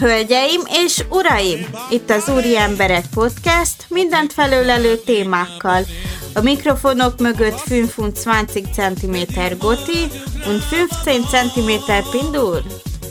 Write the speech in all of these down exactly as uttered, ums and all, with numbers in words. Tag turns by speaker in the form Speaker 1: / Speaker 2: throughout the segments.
Speaker 1: Hölgyeim és uraim! Itt az Úri Emberek Podcast, mindent felölelő témákkal. A mikrofonok mögött fünfund zwanzig Zentimeter Goti und fünfzehn Zentimeter Pindur.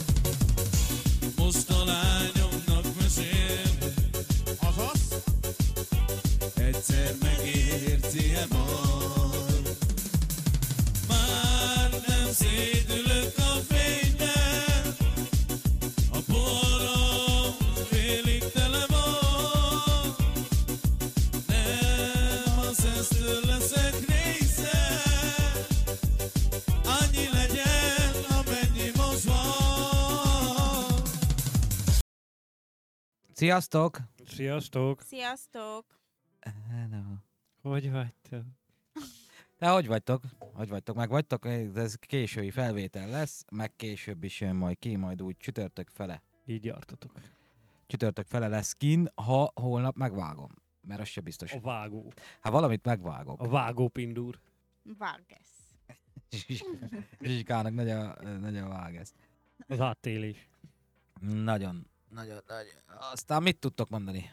Speaker 2: Sziasztok!
Speaker 3: Sziasztok!
Speaker 1: Sziasztok!
Speaker 2: Hello.
Speaker 3: Hogy vagytok?
Speaker 2: De hogy vagytok? Hogy vagytok? Meg vagytok? Ez késői felvétel lesz, meg később is jön majd ki, majd úgy csütörtök fele.
Speaker 3: Így jártatok.
Speaker 2: Csütörtök fele lesz kin, ha holnap megvágom. Mert az se biztos.
Speaker 3: A vágó.
Speaker 2: Hát valamit megvágok.
Speaker 3: A vágó Pindur.
Speaker 1: Vágesz.
Speaker 2: Zsizsikának nagy a, nagy a vágesz.
Speaker 3: Az áttélés.
Speaker 2: Nagyon, nagyon, nagyon. Aztán mit tudtok mondani?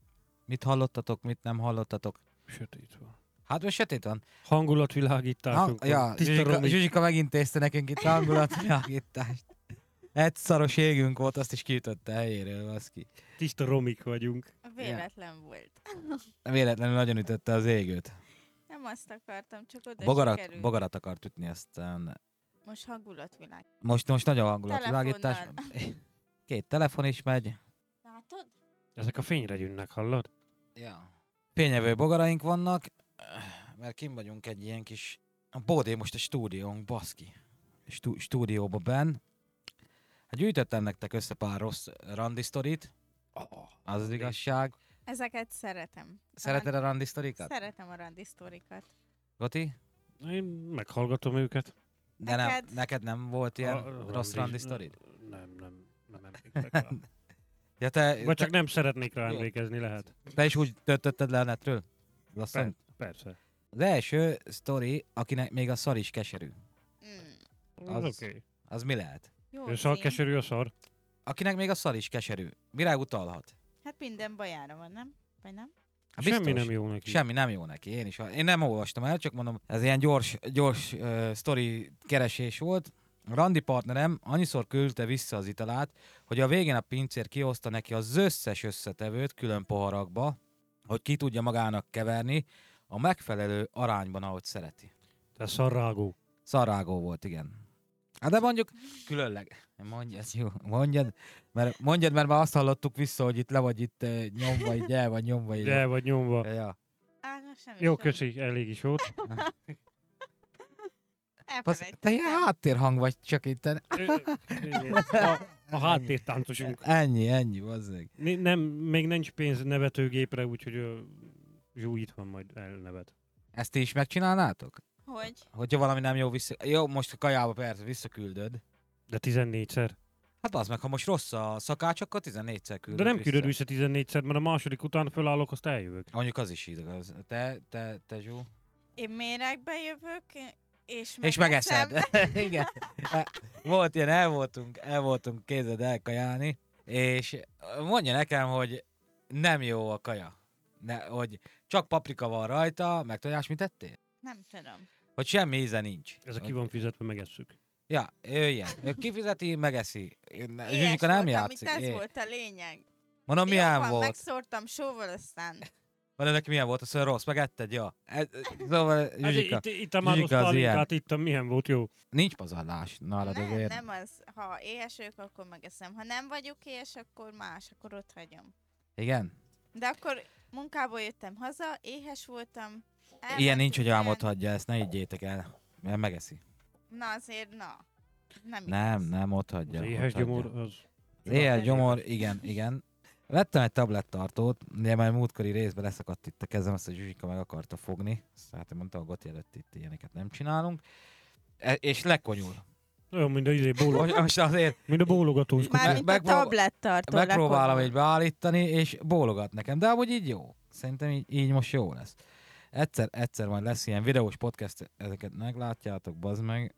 Speaker 2: Mit hallottatok, mit nem hallottatok?
Speaker 3: Sötét van.
Speaker 2: Hát most sötét van.
Speaker 3: Hangulatvilágításunk
Speaker 2: Ha, ja,
Speaker 3: van. Tiszta
Speaker 2: Zsuzsika,
Speaker 3: Romi.
Speaker 2: Zsuzsika megint tészte nekünk itt hangulatvilágítást. Egy szaros égünk volt, azt is kiütötte helyéről, baszki.
Speaker 3: Tiszta romik vagyunk.
Speaker 1: Véletlen volt.
Speaker 2: Véletlenül nagyon ütötte az égőt.
Speaker 1: Nem azt akartam, csak oda
Speaker 2: Bogarat,
Speaker 1: sikerült.
Speaker 2: bogarat akart ütni, aztán
Speaker 1: Most hangulatvilág.
Speaker 2: most, most nagyon hangulatvilágítás.
Speaker 1: Telefonnal.
Speaker 2: Két telefon is megy.
Speaker 1: Látod?
Speaker 3: Ezek a fényre jönnek, hallod?
Speaker 2: Ja. Fényevő bogaraink vannak, mert kim vagyunk egy ilyen kis... A Bódé most a stúdiónk, baszki. Stú, stúdióba benn. Hát gyűjtöttem nektek össze pár rossz randi sztorit.
Speaker 3: Oh,
Speaker 2: Az az igazság.
Speaker 1: Ezeket szeretem.
Speaker 2: Szereted a randi sztorikat?
Speaker 1: Szeretem a randi sztorikat.
Speaker 2: Goti?
Speaker 3: Én meghallgatom őket.
Speaker 2: De
Speaker 1: Neked?
Speaker 2: nem, neked nem volt ilyen
Speaker 3: A-
Speaker 2: rossz randi sztorid?
Speaker 3: Nem, nem, nem emlékszek rá.
Speaker 2: Ja, te,
Speaker 3: Vagy
Speaker 2: te,
Speaker 3: csak nem szeretnék rá
Speaker 2: Jó.
Speaker 3: emlékezni, lehet.
Speaker 2: te is úgy töltötted le a netről? Lassan?
Speaker 3: Per- persze.
Speaker 2: Az első sztori, akinek még a szar is keserű.
Speaker 1: Mm.
Speaker 2: Az-
Speaker 3: Az oké. Okay.
Speaker 2: Az mi lehet?
Speaker 1: Jó
Speaker 3: A szar
Speaker 1: cím.
Speaker 3: keserű a szar.
Speaker 2: Akinek még a szar is keserű. Mire utalhat?
Speaker 1: Hát minden bajára van, nem? Vagy nem?
Speaker 2: Hát
Speaker 3: Semmi
Speaker 2: biztos.
Speaker 3: nem jó neki.
Speaker 2: Semmi nem jó neki. Én is. Én nem olvastam el, csak mondom, ez ilyen gyors, gyors uh, sztori keresés volt. A randi partnerem annyiszor küldte vissza az italát, hogy a végén a pincér kihozta neki az összes összetevőt külön poharakba, hogy ki tudja magának keverni a megfelelő arányban, ahogy szereti.
Speaker 3: Te szarrágó.
Speaker 2: Szarrágó volt, igen. Hát de mondjuk különleg. Mondjad, jó, mondjad, mert, mondjad, mert már azt hallottuk vissza, hogy itt le vagy itt eh, nyomva, így el vagy nyomva. Így.
Speaker 3: De vagy nyomva.
Speaker 2: Ja.
Speaker 1: Ágnes nem
Speaker 3: Jó,
Speaker 1: is tudom.
Speaker 3: köszi, elég is volt.
Speaker 2: Basz,
Speaker 1: Elfelejtettem.
Speaker 2: te ilyen háttérhang vagy csak itt.
Speaker 3: Ö, ö, A, a háttértáncosunk.
Speaker 2: Ennyi, ennyi, bazzeg.
Speaker 3: Ni- Nem, még nincs pénz nevetőgépre, úgyhogy ö, Zsú itt van, majd elnevet.
Speaker 2: Ezt ti is megcsinálnátok?
Speaker 1: Hogy?
Speaker 2: Hogyha valami nem jó vissza... Jó, most a kajába persze visszaküldöd.
Speaker 3: De tizennégyszer.
Speaker 2: Hát az meg, ha most rossz a szakács, akkor tizennégyszer küldöd
Speaker 3: De nem
Speaker 2: vissza.
Speaker 3: küldöd vissza tizennégyszer, mert a második után fölállok, azt eljövök.
Speaker 2: Mondjuk az is igaz. Te, te, te Zsú.
Speaker 1: Én méregbe jövök, és
Speaker 2: És
Speaker 1: megeszem.
Speaker 2: megeszed. Igen. Volt ilyen, el voltunk, el voltunk kézed elkajálni, és mondja nekem, hogy nem jó a kaja. Ne, hogy csak paprika van rajta, meg tojás, mit tettél?
Speaker 1: Nem tudom.
Speaker 2: Hogy semmi íze nincs.
Speaker 3: Ez a ki van fizetve, megesszük.
Speaker 2: Ja, ő ilyen. Ő kifizeti, megeszi.
Speaker 1: Éhes
Speaker 2: Zsuzsika nem
Speaker 1: voltam,
Speaker 2: játszik.
Speaker 1: Itt ez
Speaker 2: É.
Speaker 1: volt a lényeg.
Speaker 2: Mondom,
Speaker 1: Jó
Speaker 2: milyen
Speaker 1: van,
Speaker 2: volt?
Speaker 1: megszórtam sóval, aztán...
Speaker 2: Mondom, neki milyen volt? Azt mondja, rossz, megetted, ja. Ez, szóval,
Speaker 3: Hát
Speaker 2: Zsuzsika,
Speaker 3: itt, itt a már rossz
Speaker 2: Zsuzsika az ilyen.
Speaker 3: pálinkát ittam, milyen volt jó?
Speaker 2: nincs pazarlás nálad
Speaker 1: Nem,
Speaker 2: azért.
Speaker 1: nem az. Ha éhes vagyok, akkor megeszem. Ha nem vagyok éhes, akkor más, akkor ott hagyom.
Speaker 2: Igen?
Speaker 1: De akkor munkából jöttem haza, éhes voltam.
Speaker 2: Ilyen nincs, hogy
Speaker 1: elmentünk
Speaker 2: álmot hagyja, ezt ne higgyétek el. Mert megeszi.
Speaker 1: Na azért, na. Nem,
Speaker 2: Nem,
Speaker 1: igaz.
Speaker 2: nem, ott hagyja.
Speaker 3: Az
Speaker 2: ott
Speaker 3: éhes
Speaker 2: hagyja.
Speaker 3: gyomor, az...
Speaker 2: Az éhes gyomor, igen, igen. Vettem egy tablettartót, ugye már múltkori részben leszakadt itt a kezem, azt a Zsuzsika meg akarta fogni. Hát én mondtam, a Goti előtt itt ilyeneket nem csinálunk. E- és lekonyul.
Speaker 3: Olyan, mint a, izé, bólog,
Speaker 2: Most, most azért
Speaker 3: mint a bólogatós.
Speaker 1: Mármint a
Speaker 2: megprób-
Speaker 1: tablettartó.
Speaker 2: megpróbálom
Speaker 1: lekonyul.
Speaker 2: így beállítani, és bólogat nekem. De amúgy így jó. Szerintem így, így most jó lesz. Egyszer, egyszer majd lesz ilyen videós podcast, ezeket meglátjátok, bazd meg.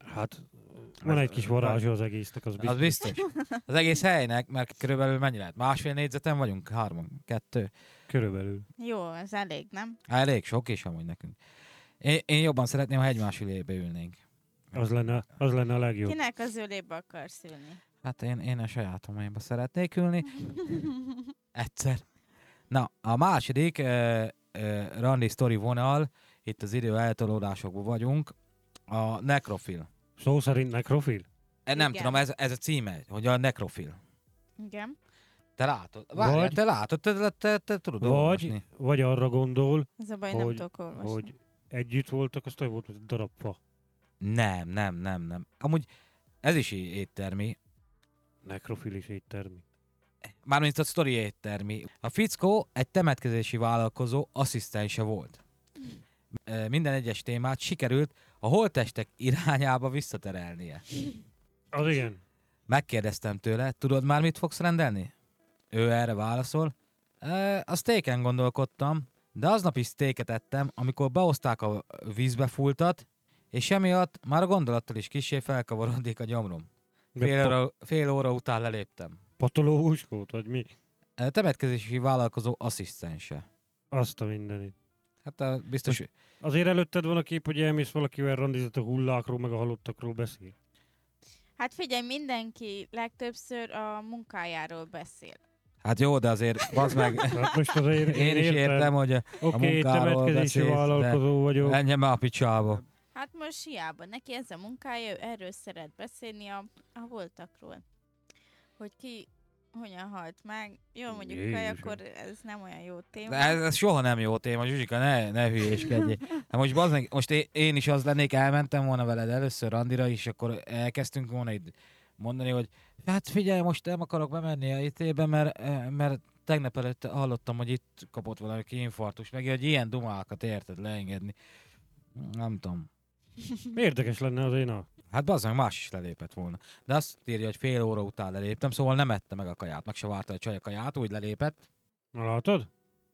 Speaker 3: Hát van egy kis varázsa az egésznek, az biztos.
Speaker 2: Az biztos. Az egész helynek, mert körülbelül mennyi lehet? Másfél négyzeten vagyunk? Három? Kettő?
Speaker 3: Körülbelül.
Speaker 1: Jó, ez elég, nem?
Speaker 2: Elég sok is amúgy nekünk. Én, én jobban szeretném, ha egymás ülébe ülnénk.
Speaker 3: Az lenne, az lenne a legjobb.
Speaker 1: Kinek az ölébe akarsz ülni?
Speaker 2: Hát én, én a saját homályba szeretnék ülni. Egyszer. Na, a második uh, uh, randi sztori vonal, itt az idő eltolódásokban vagyunk, a nekrofil.
Speaker 3: Szó szerint nekrofil?
Speaker 2: E, nem
Speaker 1: Igen.
Speaker 2: tudom, ez, ez a címe, hogy a nekrofil.
Speaker 1: Igen.
Speaker 2: Te látod? Várjál,
Speaker 3: Vagy-
Speaker 2: te látod, te, te, te, te tudod
Speaker 3: Vagy,
Speaker 2: olvasni.
Speaker 3: vagy arra gondol,
Speaker 1: Ez a baj, nem
Speaker 3: Hogy-
Speaker 1: tudok olvasni.
Speaker 3: hogy együtt voltak, azt olyan volt, hogy darab fa.
Speaker 2: Nem, nem, nem, nem. Amúgy ez is éttermi.
Speaker 3: Nekrofilis éttermi.
Speaker 2: Mármint a sztori éttermi. A fickó egy temetkezési vállalkozó asszisztense volt. E, Minden egyes témát sikerült a holttestek irányába visszaterelnie.
Speaker 3: Az igen.
Speaker 2: Megkérdeztem tőle, tudod már mit fogsz rendelni? Ő erre válaszol. E, a steaken gondolkodtam, de aznap is steaket ettem, amikor behozták a vízbe fultat, és emiatt már a gondolattal is kissé felkavarodik a gyomrom. Fél
Speaker 3: Pa-
Speaker 2: óra, fél óra után leléptem.
Speaker 3: patológus volt, vagy mi?
Speaker 2: E, Temetkezési vállalkozó asszisztense.
Speaker 3: Azt a mindenit.
Speaker 2: Hát a biztos,
Speaker 3: Azért előtted van a kép, hogy elmész valakivel randizat a hullákról, meg a halottakról beszél.
Speaker 1: Hát figyelj, mindenki legtöbbször a munkájáról beszél.
Speaker 2: hát jó, de azért, bazd meg,
Speaker 3: Hát most azért
Speaker 2: én is értem, hogy a
Speaker 3: Oké, okay,
Speaker 2: munkáról
Speaker 3: temetkezési
Speaker 2: beszélsz,
Speaker 3: vállalkozó vagyok.
Speaker 2: menjen már a picsába.
Speaker 1: Hát most hiába, neki ez a munkája, ő erről szeret beszélni a, a voltakról. Hogy ki hogyan halt meg. Jó, mondjuk
Speaker 3: Jézusom.
Speaker 1: kaj, akkor ez nem olyan jó téma.
Speaker 2: De ez, ez soha nem jó téma, Zsuzsika, ne, ne hülyéskedjél. Hát most, bazd meg, most én, én is az lennék, elmentem volna veled először randira, és akkor elkezdtünk volna itt mondani, hogy hát figyelj, most nem akarok bemenni a itébe, mert, eh, mert tegnap előtt hallottam, hogy itt kapott valaki infarktus, meg hogy ilyen dumákat érted leengedni. Nem tudom.
Speaker 3: Érdekes lenne az én a...
Speaker 2: Hát bazd meg, más is lelépett volna. De azt írja, hogy fél óra után leléptem, szóval nem ette meg a kaját, meg se várta a csaj a kaját, úgy lelépett.
Speaker 3: Na, látod?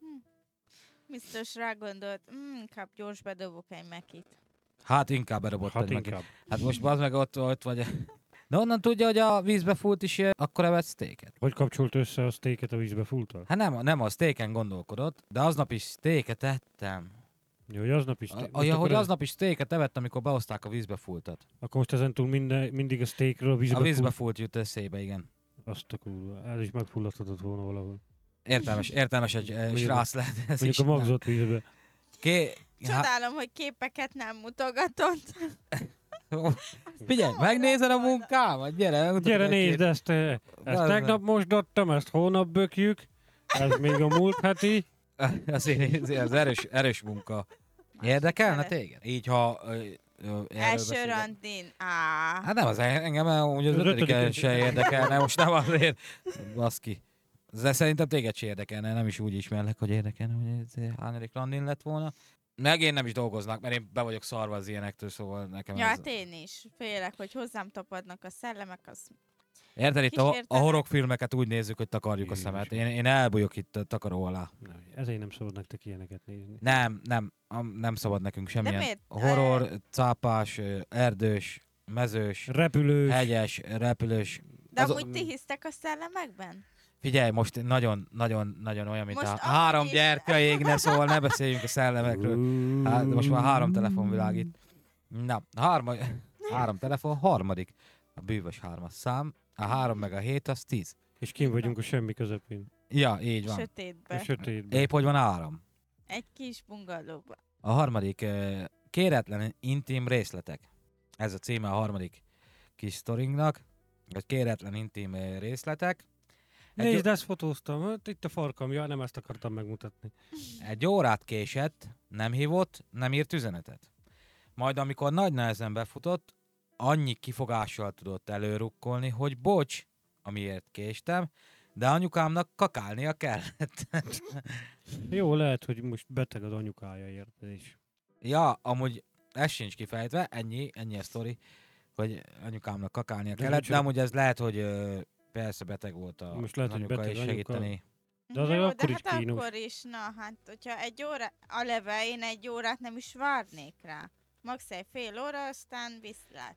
Speaker 1: Biztos rá gondolt, mm, inkább gyors bedobok egy mekit.
Speaker 2: Hát inkább berobott
Speaker 3: Hát
Speaker 2: egy meg.
Speaker 3: inkább.
Speaker 2: Hát most bazd meg ott, ott vagy. De onnan tudja, hogy a vízbe fúlt is eh, akkor evett steaket.
Speaker 3: Hogy kapcsolt össze a steaket a vízbe fultal?
Speaker 2: Hát nem, nem a steaken gondolkodott, de aznap is steaket ettem.
Speaker 3: Jó, hogy aznap is...
Speaker 2: A,
Speaker 3: most
Speaker 2: ja, hogy
Speaker 3: akkor,
Speaker 2: aznap is steaket evett, amikor behozták a vízbe fultat.
Speaker 3: akkor most ezentúl minden, mindig a steakről a vízbe,
Speaker 2: A vízbe
Speaker 3: fult.
Speaker 2: fult jut eszébe, igen.
Speaker 3: Azt a kurva. Ez is megfulladhatott volna valahol.
Speaker 2: Értelmes, értelmes egy eh,
Speaker 3: Mondjuk-
Speaker 2: srác lehet ez is.
Speaker 3: Mondjuk a magzott vízbe.
Speaker 2: Ké... Hát,
Speaker 1: Csodálom, hogy képeket nem mutogatott.
Speaker 2: figyelj, megnézed a munkámat? Gyere, megmutatok
Speaker 3: Gyere,
Speaker 2: egy
Speaker 3: nézd
Speaker 2: kép-
Speaker 3: ezt! eh, Ezt
Speaker 2: Bazd
Speaker 3: tegnap mosdattam, ezt hónap bökjük. Ez még a múlt heti.
Speaker 2: Azért az erős, erős munka. Érdekelne
Speaker 1: Szeret.
Speaker 2: téged? Így, ha... Ö, ö, erről
Speaker 1: Első
Speaker 2: beszélünk.
Speaker 1: randin. Á.
Speaker 2: Hát nem, az engem úgy az
Speaker 3: Az
Speaker 2: ötödiken
Speaker 3: ötödiken
Speaker 2: se érdekelne, most nem azért. Baszki. De szerintem téged se érdekelne, nem is úgy ismerlek, hogy érdekelne, hogy ez hányadik randin lett volna. Meg én nem is dolgoznak, mert én be vagyok szarva az ilyenektől, szóval nekem
Speaker 1: Ja,
Speaker 2: ez...
Speaker 1: hát én is. Félek, hogy hozzám tapadnak a szellemek, az...
Speaker 2: Érted, itt a, a
Speaker 1: kísértenek.
Speaker 2: horrorfilmeket úgy nézzük, hogy takarjuk a szemet. Én, én elbújok itt a takaró alá.
Speaker 3: Na, ezért nem szabad nektek ilyeneket nézni.
Speaker 2: Nem, nem, am- nem szabad nekünk semmilyen
Speaker 1: miért?
Speaker 2: horror, cápás, ö, erdős, mezős,
Speaker 3: Repülős.
Speaker 2: hegyes, repülős.
Speaker 1: De
Speaker 2: Az-
Speaker 1: amúgy ti hisztek a szellemekben?
Speaker 2: Figyelj, most nagyon, nagyon, nagyon olyan, mint
Speaker 1: Most
Speaker 2: a
Speaker 1: amúgy
Speaker 2: három
Speaker 1: is.
Speaker 2: gyertya égne, szóval ne beszéljünk a szellemekről. Hát, most már három telefon világít. Na, harma, három telefon, harmadik. A bűvös hármas szám, a három meg a hét, az tíz.
Speaker 3: És kim vagyunk a semmi közepén.
Speaker 2: Ja, így van.
Speaker 3: A
Speaker 1: Sötétbe.
Speaker 3: sötétben.
Speaker 2: Épp hogy van áram.
Speaker 1: Egy kis bungalóba.
Speaker 2: A harmadik, ö, kéretlen intim részletek. Ez a címe a harmadik kis sztorinknak, hogy kéretlen intim ö, részletek. Egy,
Speaker 3: Nézd, ezt fotóztam. Hát itt a farkam. Ja, nem ezt akartam megmutatni.
Speaker 2: egy órát késett, nem hívott, nem írt üzenetet. Majd amikor nagy nehezen befutott, annyi kifogással tudott előrukkolni, hogy bocs, amiért késtem, de anyukámnak kakálnia kellett.
Speaker 3: Jó, lehet, hogy most beteg az anyukája, érted is.
Speaker 2: Ja, amúgy ez sincs kifejtve, ennyi, ennyi a sztori, hogy anyukámnak kakálnia
Speaker 3: De
Speaker 2: kellett,
Speaker 3: micsoda?
Speaker 2: de amúgy ez lehet, hogy ö, persze beteg volt a,
Speaker 3: Most lehet,
Speaker 2: az
Speaker 3: hogy
Speaker 2: anyuka
Speaker 3: beteg
Speaker 2: és
Speaker 3: anyuka.
Speaker 2: segíteni.
Speaker 3: De az
Speaker 1: Jó,
Speaker 3: akkor
Speaker 1: de
Speaker 3: is
Speaker 1: hát
Speaker 3: kínos.
Speaker 1: akkor is, na hát, hogyha egy óra, aleve én egy órát nem is várnék rá. Max egy fél óra, aztán viszlát.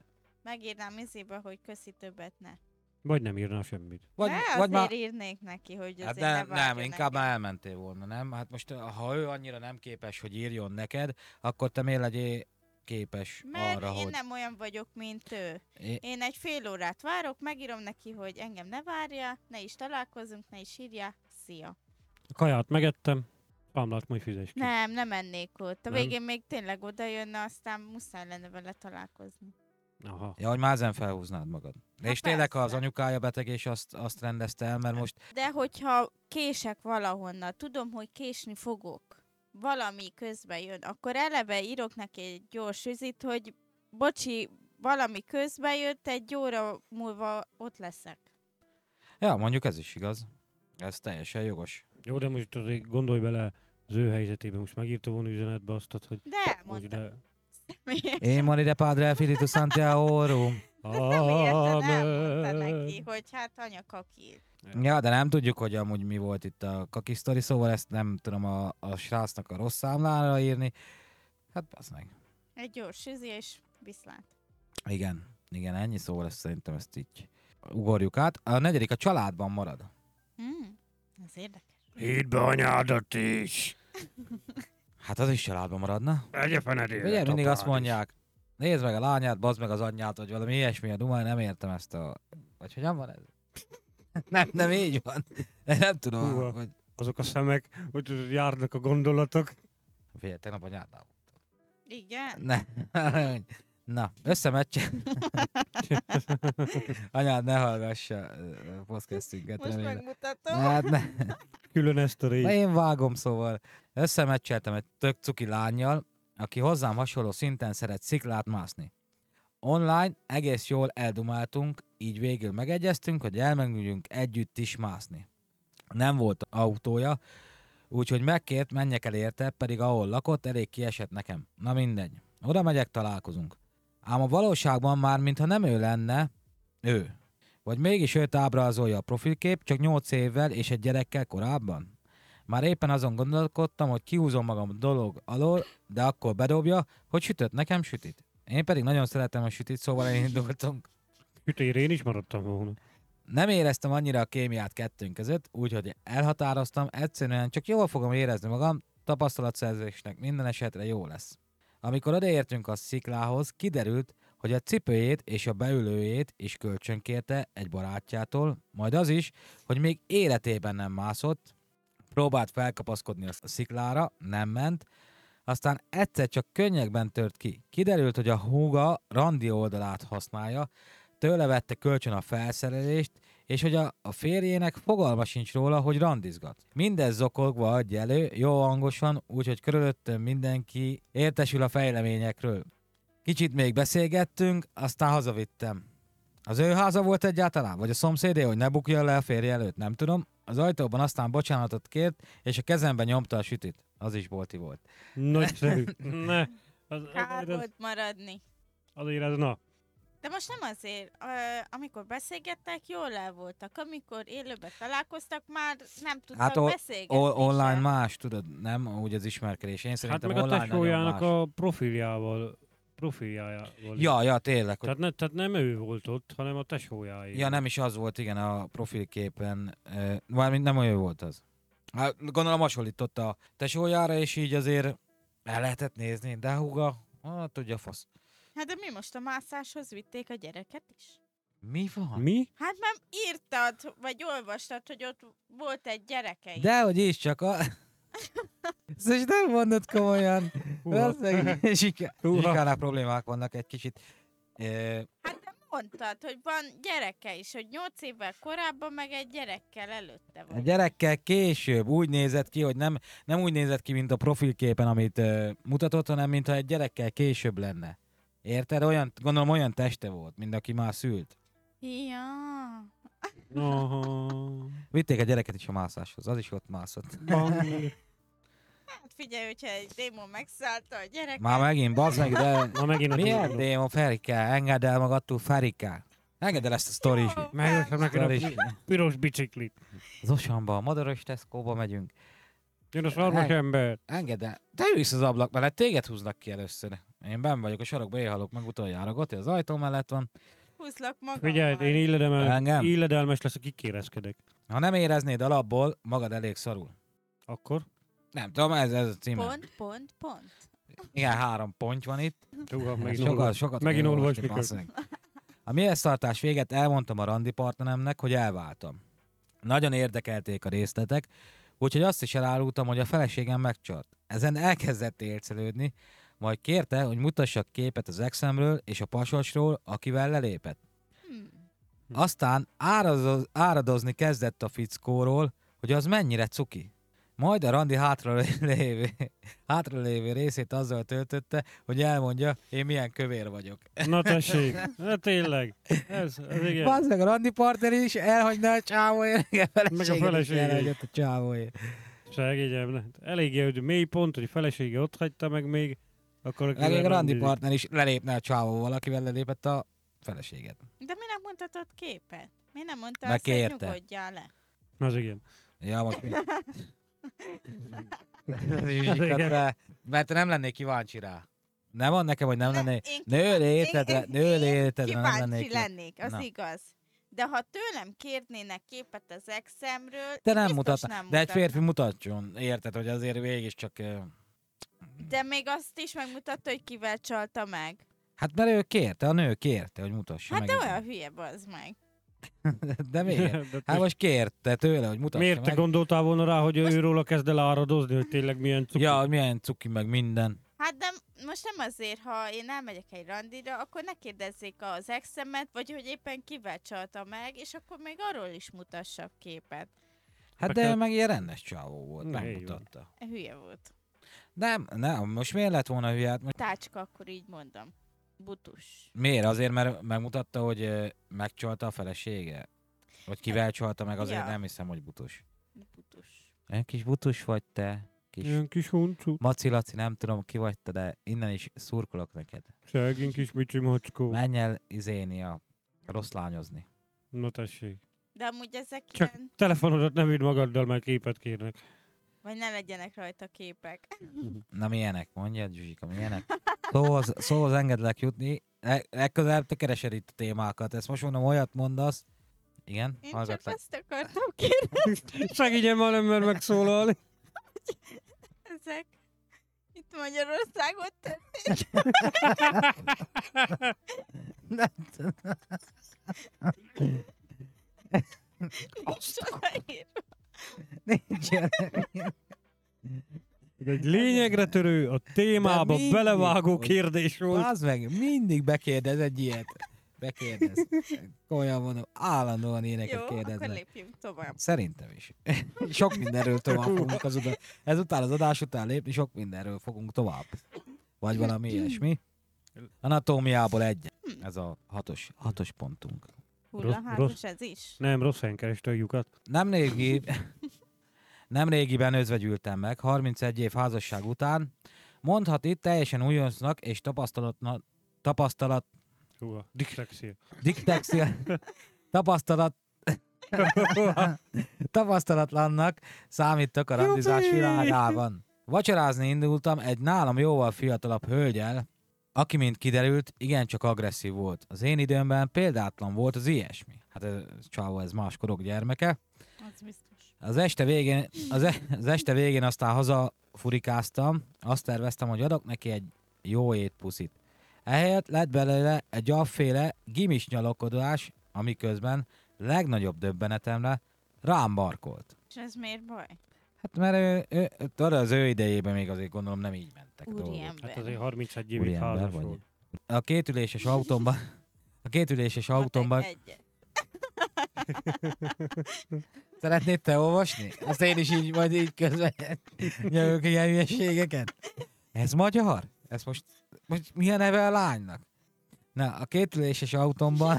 Speaker 1: Megírnám izébe, hogy köszi többet ne.
Speaker 3: Vagy nem írna semmit.
Speaker 2: Vagy,
Speaker 1: De
Speaker 2: vagy
Speaker 1: azért
Speaker 2: már...
Speaker 1: írnék neki, hogy azért
Speaker 2: Hát
Speaker 1: ne
Speaker 2: nem,
Speaker 1: várjon
Speaker 2: nem, inkább
Speaker 1: engem.
Speaker 2: már elmentél volna, nem? Hát most, ha ő annyira nem képes, hogy írjon neked, akkor te miért legyél képes
Speaker 1: Mert
Speaker 2: arra,
Speaker 1: én
Speaker 2: hogy...
Speaker 1: nem olyan vagyok, mint ő.
Speaker 2: É...
Speaker 1: Én egy fél órát várok, megírom neki, hogy engem ne várja, ne is találkozunk, ne is írja. Szia.
Speaker 3: A kaját megettem, számlát majd fizes ki.
Speaker 1: Nem, nem mennék ott. A
Speaker 3: Nem?
Speaker 1: végén még tényleg oda jönne, aztán muszáj lenne vele találkozni.
Speaker 3: Aha.
Speaker 2: Ja, hogy már ezen felhúznád magad. De
Speaker 1: Ha
Speaker 2: és tényleg, ha az
Speaker 1: persze.
Speaker 2: anyukája beteg, és azt, azt rendezte el, mert most...
Speaker 1: De hogyha kések valahonnan, tudom, hogy késni fogok, valami közben jön, akkor eleve írok neki egy gyors üzit, hogy bocsi, valami közben jött, egy óra múlva ott leszek.
Speaker 2: Ja, mondjuk ez is igaz. Ez teljesen jogos.
Speaker 3: Jó, de most azért gondolj bele az ő helyzetében. Most megírta volna üzenetbe azt, hogy...
Speaker 1: De
Speaker 3: hogy
Speaker 1: elmondtam.
Speaker 3: de...
Speaker 1: Miért?
Speaker 2: Én van ide Padre Filitus Santiago Rum.
Speaker 1: Miért elmondta neki, hogy hát anya kaki.
Speaker 2: Ja, de nem tudjuk, hogy amúgy mi volt itt a kaki sztori, szóval ezt nem tudom a, a srácnak a rossz számlára írni. Hát bassz meg.
Speaker 1: Egy gyors üzi és viszlát.
Speaker 2: Igen, igen, ennyi, szóval ezt szerintem ezt így ugorjuk át. A negyedik a családban marad.
Speaker 1: Hmm, ez érdekes.
Speaker 3: Hidd be anyádat is!
Speaker 2: Hát az is családban maradna.
Speaker 3: Egye fenedére,
Speaker 2: Ugye mindig azt
Speaker 3: apád
Speaker 2: mondják, nézd meg a lányát, bazd meg az anyját, vagy valami ilyesmi a dumán, nem értem ezt a... Vagy hogyan van ez? nem, nem így van. Én nem tudom,
Speaker 3: Húha.
Speaker 2: hogy...
Speaker 3: is. Azok a szemek, hogy járnak a gondolatok.
Speaker 2: Figyelj, tegnap anyádnál.
Speaker 1: Igen?
Speaker 2: Ne. Na, összemeccse. Anyád ne hallgassa a podcastünket.
Speaker 1: Most
Speaker 2: remélem.
Speaker 1: megmutatom.
Speaker 2: Hát ne.
Speaker 3: Külön ezt a
Speaker 2: Na,
Speaker 3: részt.
Speaker 2: én vágom, szóval. Összemeccseltem egy tök cuki lánnyal, aki hozzám hasonló szinten szeret sziklát mászni. Online egész jól eldumáltunk, így végül megegyeztünk, hogy elmegyünk együtt is mászni. Nem volt autója, úgyhogy megkért, menjek el érte, pedig ahol lakott, elég kiesett nekem. Na mindegy. Oda megyek, találkozunk. Ám a valóságban már mintha nem ő lenne, ő. Vagy mégis őt ábrázolja a profilkép, csak nyolc évvel és egy gyerekkel korábban. Már éppen azon gondolkodtam, hogy kihúzom magam a dolog alól, de akkor bedobja, hogy sütött nekem sütit. Én pedig nagyon szeretem a sütit, szóval elindultunk.
Speaker 3: Sütére én is maradtam volna.
Speaker 2: Nem éreztem annyira a kémiát kettőnk között, úgyhogy elhatároztam, egyszerűen csak jól fogom érezni magam, tapasztalatszerzésnek minden esetre jó lesz. Amikor odaértünk a sziklához, kiderült, hogy a cipőjét és a beülőjét is kölcsönkérte egy barátjától, majd az is, hogy még életében nem mászott, próbált felkapaszkodni a sziklára, nem ment, aztán egyszer csak könnyekben tört ki. Kiderült, hogy a húga randi oldalát használja, tőle vette kölcsön a felszerelést, és hogy a, a férjének fogalma sincs róla, hogy randizgat. Mindez zokogva adja elő, jó hangosan, úgyhogy körülöttem mindenki értesül a fejleményekről. Kicsit még beszélgettünk, aztán hazavittem. Az ő háza volt egyáltalán? Vagy a szomszédé, hogy ne bukjon le a férje előtt? Nem tudom. Az ajtóban aztán bocsánatot kért, és a kezembe nyomta a sütit. Az is bolti volt.
Speaker 3: Nagyszerű. Ne. Az,
Speaker 1: Kár
Speaker 3: az, az,
Speaker 1: volt maradni.
Speaker 3: azért ez na.
Speaker 1: De most nem azért, ö, amikor beszélgettek, jól el voltak. Amikor élőben találkoztak, már nem tudtak
Speaker 2: Hát o-
Speaker 1: beszélgetni
Speaker 2: o- online
Speaker 1: sem.
Speaker 2: más, tudod, nem? Úgy az ismerkedés. Én
Speaker 3: Hát
Speaker 2: szerintem
Speaker 3: meg a
Speaker 2: online nagyon
Speaker 3: tesójának
Speaker 2: más.
Speaker 3: a profiljával. Profiljával.
Speaker 2: Ja, ja, tényleg. Hogy...
Speaker 3: Tehát, ne, tehát nem ő volt ott, hanem a tesójáé.
Speaker 2: Ja, nem is az volt, igen, a profilképen. Uh, mármint nem olyan volt az. Hát, gondolom hasonlított a tesójára, és így azért el lehetett nézni, de húga, ah, tudja fasz.
Speaker 1: Hát de mi most a mászáshoz vitték a gyereket is?
Speaker 2: Mi van?
Speaker 3: Mi?
Speaker 1: Hát nem írtad, vagy olvastad, hogy ott volt egy gyereke is.
Speaker 2: Dehogy is, csak a... Ezt most nem mondod komolyan.
Speaker 3: Húha.
Speaker 2: Zsika-
Speaker 3: Húha.
Speaker 2: Zsikánál problémák vannak egy kicsit. Uh,
Speaker 1: Hát de mondtad, hogy van gyereke is, hogy nyolc évvel korábban meg egy gyerekkel előtte
Speaker 2: A
Speaker 1: volt.
Speaker 2: gyerekkel később úgy nézett ki, hogy nem, nem úgy nézett ki, mint a profilképen, amit uh, mutatott, hanem mintha egy gyerekkel később lenne. Érted? Olyan, gondolom olyan teste volt, mint aki már szült.
Speaker 1: Ja.
Speaker 3: Aha.
Speaker 2: Vitték a gyereket is a mászáshoz, az is ott mászott.
Speaker 1: Hát figyelj, hogyha egy démon megszállta a gyereket.
Speaker 2: Már megint, bazd meg, de...
Speaker 3: Na megint a
Speaker 2: Milyen
Speaker 3: túlzó.
Speaker 2: démon, Ferike? Engedd el magadtól, Ferike. Engedd el ezt a sztori is.
Speaker 1: Jó,
Speaker 3: Megjöttem neked a
Speaker 2: Sztori is.
Speaker 3: pi- piros biciklit.
Speaker 2: Az Osanba, a Madaros Tesco-ba megyünk.
Speaker 3: Jön a szarvas
Speaker 2: Eng-
Speaker 3: ember.
Speaker 2: Engedd el. Te ülsz az ablak mellett, téged húznak ki először. Én benn vagyok a sarokba, én halok meg utoljára. Goti az ajtó mellett van.
Speaker 1: Húzlak magammal.
Speaker 3: Figyelj, én illedelmes,
Speaker 2: Engem?
Speaker 3: illedelmes leszek, kikérezkedek.
Speaker 2: Ha nem éreznéd alapból, magad elég szarul.
Speaker 3: Akkor?
Speaker 2: Nem tudom, ez, ez a címe.
Speaker 1: Pont, pont, pont.
Speaker 2: Igen, három pont van itt.
Speaker 3: Húha, megint
Speaker 2: sokat,
Speaker 3: olvas,
Speaker 2: sokat
Speaker 3: megint
Speaker 2: kell
Speaker 3: olvas
Speaker 2: olvasni,
Speaker 3: mikor.
Speaker 2: basszeg. A mélyesztartás véget elmondtam a randi partneremnek, hogy elváltam. Nagyon érdekelték a részletek, úgyhogy azt is elárultam, hogy a feleségem megcsalt. Ezen elkezdett ércelődni, majd kérte, hogy mutassak képet az exemről és a pasosról, akivel lelépett.
Speaker 1: Hmm.
Speaker 2: Aztán áradoz, áradozni kezdett a fickóról, hogy az mennyire cuki. Majd a randi hátralévő, hátralévő részét azzal töltötte, hogy elmondja, én milyen kövér vagyok.
Speaker 3: Na tessék, hát tényleg. Ez, ez igen.
Speaker 2: Bazzeg, a randi partner is elhagyna a csávóért, meg a
Speaker 3: Meg a
Speaker 2: felesége is
Speaker 3: felesége.
Speaker 2: elhagyott a csávóért.
Speaker 3: Segígyem, eléggé, hogy mély pont, hogy a felesége ott hagyta meg még, akkor...
Speaker 2: Meg még a randi partner is lelépne a csávóval, akivel lelépett a feleséget.
Speaker 1: De minek mutatott képet? Miért nem mondta
Speaker 2: Meg
Speaker 1: azt, hogy
Speaker 2: kérte.
Speaker 1: nyugodjál le?
Speaker 3: Az igen.
Speaker 2: Ja, most mi?
Speaker 3: igen.
Speaker 2: Be, mert nem lennék kíváncsi rá. Nem mond nekem, hogy nem
Speaker 1: Ne,
Speaker 2: lennék.
Speaker 1: én
Speaker 2: Nő
Speaker 1: kíváncsi-
Speaker 2: létedre,
Speaker 1: én-
Speaker 2: nő
Speaker 1: én
Speaker 2: létedre, nem
Speaker 1: Kíváncsi
Speaker 2: lennék.
Speaker 1: lennék, az
Speaker 2: Na.
Speaker 1: igaz. De ha tőlem kérnének képet az exemről,
Speaker 2: Te
Speaker 1: én
Speaker 2: nem
Speaker 1: biztos
Speaker 2: mutatna.
Speaker 1: nem
Speaker 2: De egy férfi
Speaker 1: mutatnám.
Speaker 2: mutatjon, érted, hogy azért végig csak... ö,
Speaker 1: De még azt is megmutatta, hogy kivel csalta meg.
Speaker 2: Hát mert ő kérte, a nő kérte, hogy mutassa
Speaker 1: Hát
Speaker 2: meg.
Speaker 1: de olyan hülye bazd meg.
Speaker 2: De miért?
Speaker 3: De
Speaker 2: Hát most kérte tőle, hogy mutassa
Speaker 3: miért te
Speaker 2: meg.
Speaker 3: gondoltál volna rá, hogy őróla kezd el áradozni, hogy tényleg milyen cuki?
Speaker 2: Ja, milyen cuki, meg minden.
Speaker 1: Hát de most nem azért, ha én elmegyek egy randira, akkor ne kérdezzék az exemet, vagy hogy éppen kivel csalta meg, és akkor még arról is mutassak képet.
Speaker 2: Hát
Speaker 3: Meg
Speaker 2: de ő
Speaker 3: kell-
Speaker 2: meg ilyen rendes csávó volt,
Speaker 3: Na, így
Speaker 2: megmutatta.
Speaker 1: Hülye volt.
Speaker 2: Nem, nem, most miért lett volna hülye? Hát most
Speaker 1: Tácska, akkor így mondom. Butus.
Speaker 2: miért? Azért, mert megmutatta, hogy ö, megcsalta a felesége? Vagy kivel csalta meg, azért
Speaker 1: Ja.
Speaker 2: nem hiszem, hogy butus.
Speaker 1: Butus.
Speaker 2: Egy kis butus vagy te, kis
Speaker 3: Ilyen kis huncu.
Speaker 2: Maci Laci, nem tudom ki vagy te, de innen is szurkolok neked.
Speaker 3: Szegény kis Micsi macskó.
Speaker 2: Menj el izéni a rossz lányozni.
Speaker 3: Na tessék.
Speaker 1: De amúgy ezek
Speaker 3: Csak-
Speaker 1: ilyen,
Speaker 3: Telefonodat nem vidd magaddal, mert képet kérnek.
Speaker 1: vagy ne legyenek rajta képek.
Speaker 2: Na milyenek, mondjad Zsuzsika, milyenek? Szóhoz, szóhoz engedlek jutni. Le- Legközelebb te keresed itt a témákat. Ezt most mondom, olyat mondasz. Igen,
Speaker 1: Én
Speaker 2: hallgatlak.
Speaker 1: csak azt akartam kérdezni,
Speaker 3: Segígyem már nem mer megszólalni.
Speaker 1: ezek itt Magyarországon történt. Nincs odaírva.
Speaker 2: Nincs ilyen.
Speaker 3: Egy lényegre törő, a témába
Speaker 2: mindig,
Speaker 3: belevágó
Speaker 2: hogy-
Speaker 3: kérdés volt.
Speaker 2: Bazd meg, mindig bekérdez egy ilyet. Bekérdez. Komolyan mondom, állandóan ilyeneket
Speaker 1: Jó, akkor
Speaker 2: kérdeznek.
Speaker 1: lépjünk tovább.
Speaker 2: Szerintem is. Sok mindenről tovább fogunk az után. Ezután az adás után lépni, sok mindenről fogunk tovább. Vagy valami ilyesmi. Anatómiából egy. Ez a hatos, hatos pontunk.
Speaker 1: Hullaházas ez is?
Speaker 3: Nem, rossz helyen kereste a lyukat.
Speaker 2: Nem régi, nem régiben özvegyültem meg, harmincegy év házasság után. Mondhat itt teljesen újoncnak és tapasztalatnak, tapasztalat,
Speaker 3: Húha,
Speaker 2: Dik-
Speaker 3: szexi.
Speaker 2: diktexia, tapasztalat, tapasztalatlannak számítok a randizás
Speaker 3: Jupi!
Speaker 2: világában. Vacsorázni indultam egy nálam jóval fiatalabb hölgyel, aki, mint kiderült, igencsak agresszív volt. Az én időmben példátlan volt az ilyesmi. Hát ez csávó, ez más korok gyermeke.
Speaker 1: Az biztos.
Speaker 2: Az este végén, az, e, az este végén aztán hazafurikáztam, azt terveztem, hogy adok neki egy jó étpuszit. Ehelyett lett belőle egy afféle gimis nyalokodás, amiközben legnagyobb döbbenetemre rám barkolt.
Speaker 1: És ez miért baj?
Speaker 2: Hát mert ő, ő, tudod, az ő idejében még azért gondolom nem így mentek a dolgok.
Speaker 1: Úriember.
Speaker 3: Hát azért harmincegy évig
Speaker 2: Úriember
Speaker 3: házas
Speaker 2: vagy.
Speaker 3: volt.
Speaker 2: A kétüléses autómban, a kétüléses autómban,
Speaker 1: Hát egy,
Speaker 2: szeretnéd te olvasni? Azt én is így, majd így közben nyomjuk ilyen hülyeségeket. Ez magyar? Ez most, most mi a neve a lánynak? Na, a kétüléses autómban...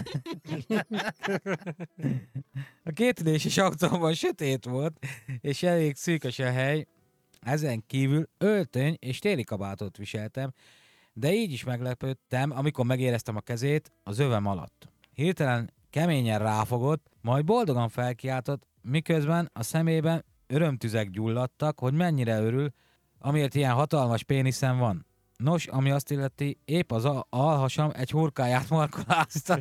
Speaker 2: a kétüléses autómban sötét volt, és elég szűkös a hely. Ezen kívül öltöny és téli kabátot viseltem, de így is meglepődtem, amikor megéreztem a kezét az övem alatt. Hirtelen keményen ráfogott, majd boldogan felkiáltott, miközben a szemében örömtüzek gyulladtak, hogy mennyire örül, amiért ilyen hatalmas péniszem van. Nos, ami azt illeti, épp az a- alhasam egy hurkáját markolázta.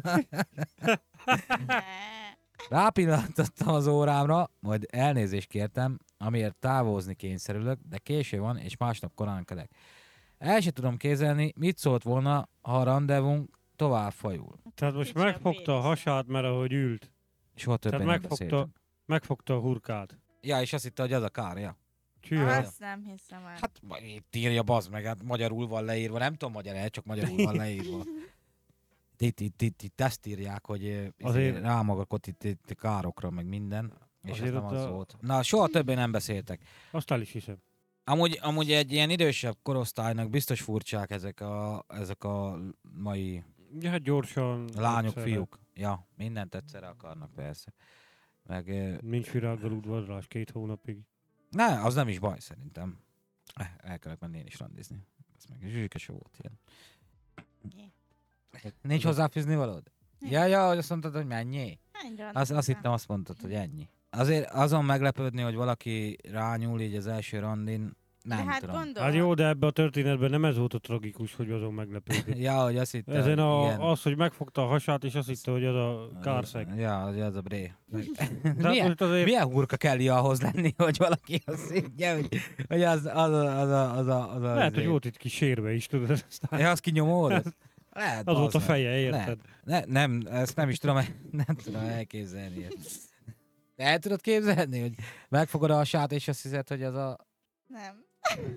Speaker 2: Rápillantottam az órámra, majd elnézést kértem, amiért távozni kényszerülök, de késő van, és másnap korán kelek. El sem tudom képzelni, mit szólt volna, ha a rendezvunk tovább fajul.
Speaker 3: Tehát most
Speaker 1: Kicsit
Speaker 3: megfogta a
Speaker 1: védsz.
Speaker 3: hasát, mert ahogy ült.
Speaker 2: Soha többé
Speaker 3: Tehát
Speaker 2: nem
Speaker 3: megfogta,
Speaker 2: beszéltünk.
Speaker 3: megfogta a hurkát.
Speaker 2: Ja, és azt hitte, hogy az a kárja.
Speaker 3: Csűha.
Speaker 1: Azt nem hiszem el.
Speaker 2: Hát itt írja, bazd meg, hát magyarul van leírva, nem tudom magyar, csak magyarul van leírva. Itt, itt, itt, itt ezt írják, hogy eh,
Speaker 3: Azért-
Speaker 2: rámagakott itt, itt károkra, meg minden, és ez
Speaker 3: Azért
Speaker 2: nem
Speaker 3: ott
Speaker 2: az
Speaker 3: a-
Speaker 2: volt. Na, soha többé nem beszéltek.
Speaker 3: Azt el is hiszem.
Speaker 2: Amúgy, amúgy egy ilyen idősebb korosztálynak biztos furcsák ezek a, ezek a mai
Speaker 3: Ja, hát gyorsan.
Speaker 2: lányok,
Speaker 3: egyszerre.
Speaker 2: fiúk. Ja, mindent egyszerre akarnak persze. Meg, eh,
Speaker 3: Nincs virággal udvarlás két hónapig.
Speaker 2: ne, az nem is baj szerintem. Eh, El kellek menni én is randizni. Ez meg zsűrke se volt ilyen. Nincs hozzáfűzni valód? Ja, ja, hogy azt mondtad, hogy mennyi?
Speaker 1: Hányra
Speaker 2: Azt, azt
Speaker 1: néztem?
Speaker 2: hittem, azt mondtad, hogy ennyi. Azért azon meglepődni, hogy valaki rányúl így az első randin, nem
Speaker 1: De hát
Speaker 2: tudom.
Speaker 1: gondolom.
Speaker 3: Hát jó, de ebbe a történetben nem ez volt a tragikus, hogy azon meglepődik.
Speaker 2: Ja, hogy azt hittem,
Speaker 3: Ezen a,
Speaker 2: igen.
Speaker 3: az, hogy megfogta a hasát, és azt hitte, hogy az a kárszeg.
Speaker 2: Ja, az, az a bré.
Speaker 3: Tehát
Speaker 2: milyen,
Speaker 3: most azért
Speaker 2: milyen hurka kell ilyen ahhoz lenni, hogy valaki azt higgye, hogy, hogy az, az, a- az, a- az, a- az, a-
Speaker 3: lehet, hogy
Speaker 2: azért-
Speaker 3: volt itt kis sérve is, tudod. Aztán
Speaker 2: Ja, az kinyomódott? Lehet,
Speaker 3: az volt a
Speaker 2: bazd meg.
Speaker 3: feje, érted?
Speaker 2: Ne, nem, ezt nem is tudom, nem tudom elképzelni. ilyet. De el tudod képzelni, hogy megfogod a hasát, és azt hiszed, hogy az a...
Speaker 1: Nem.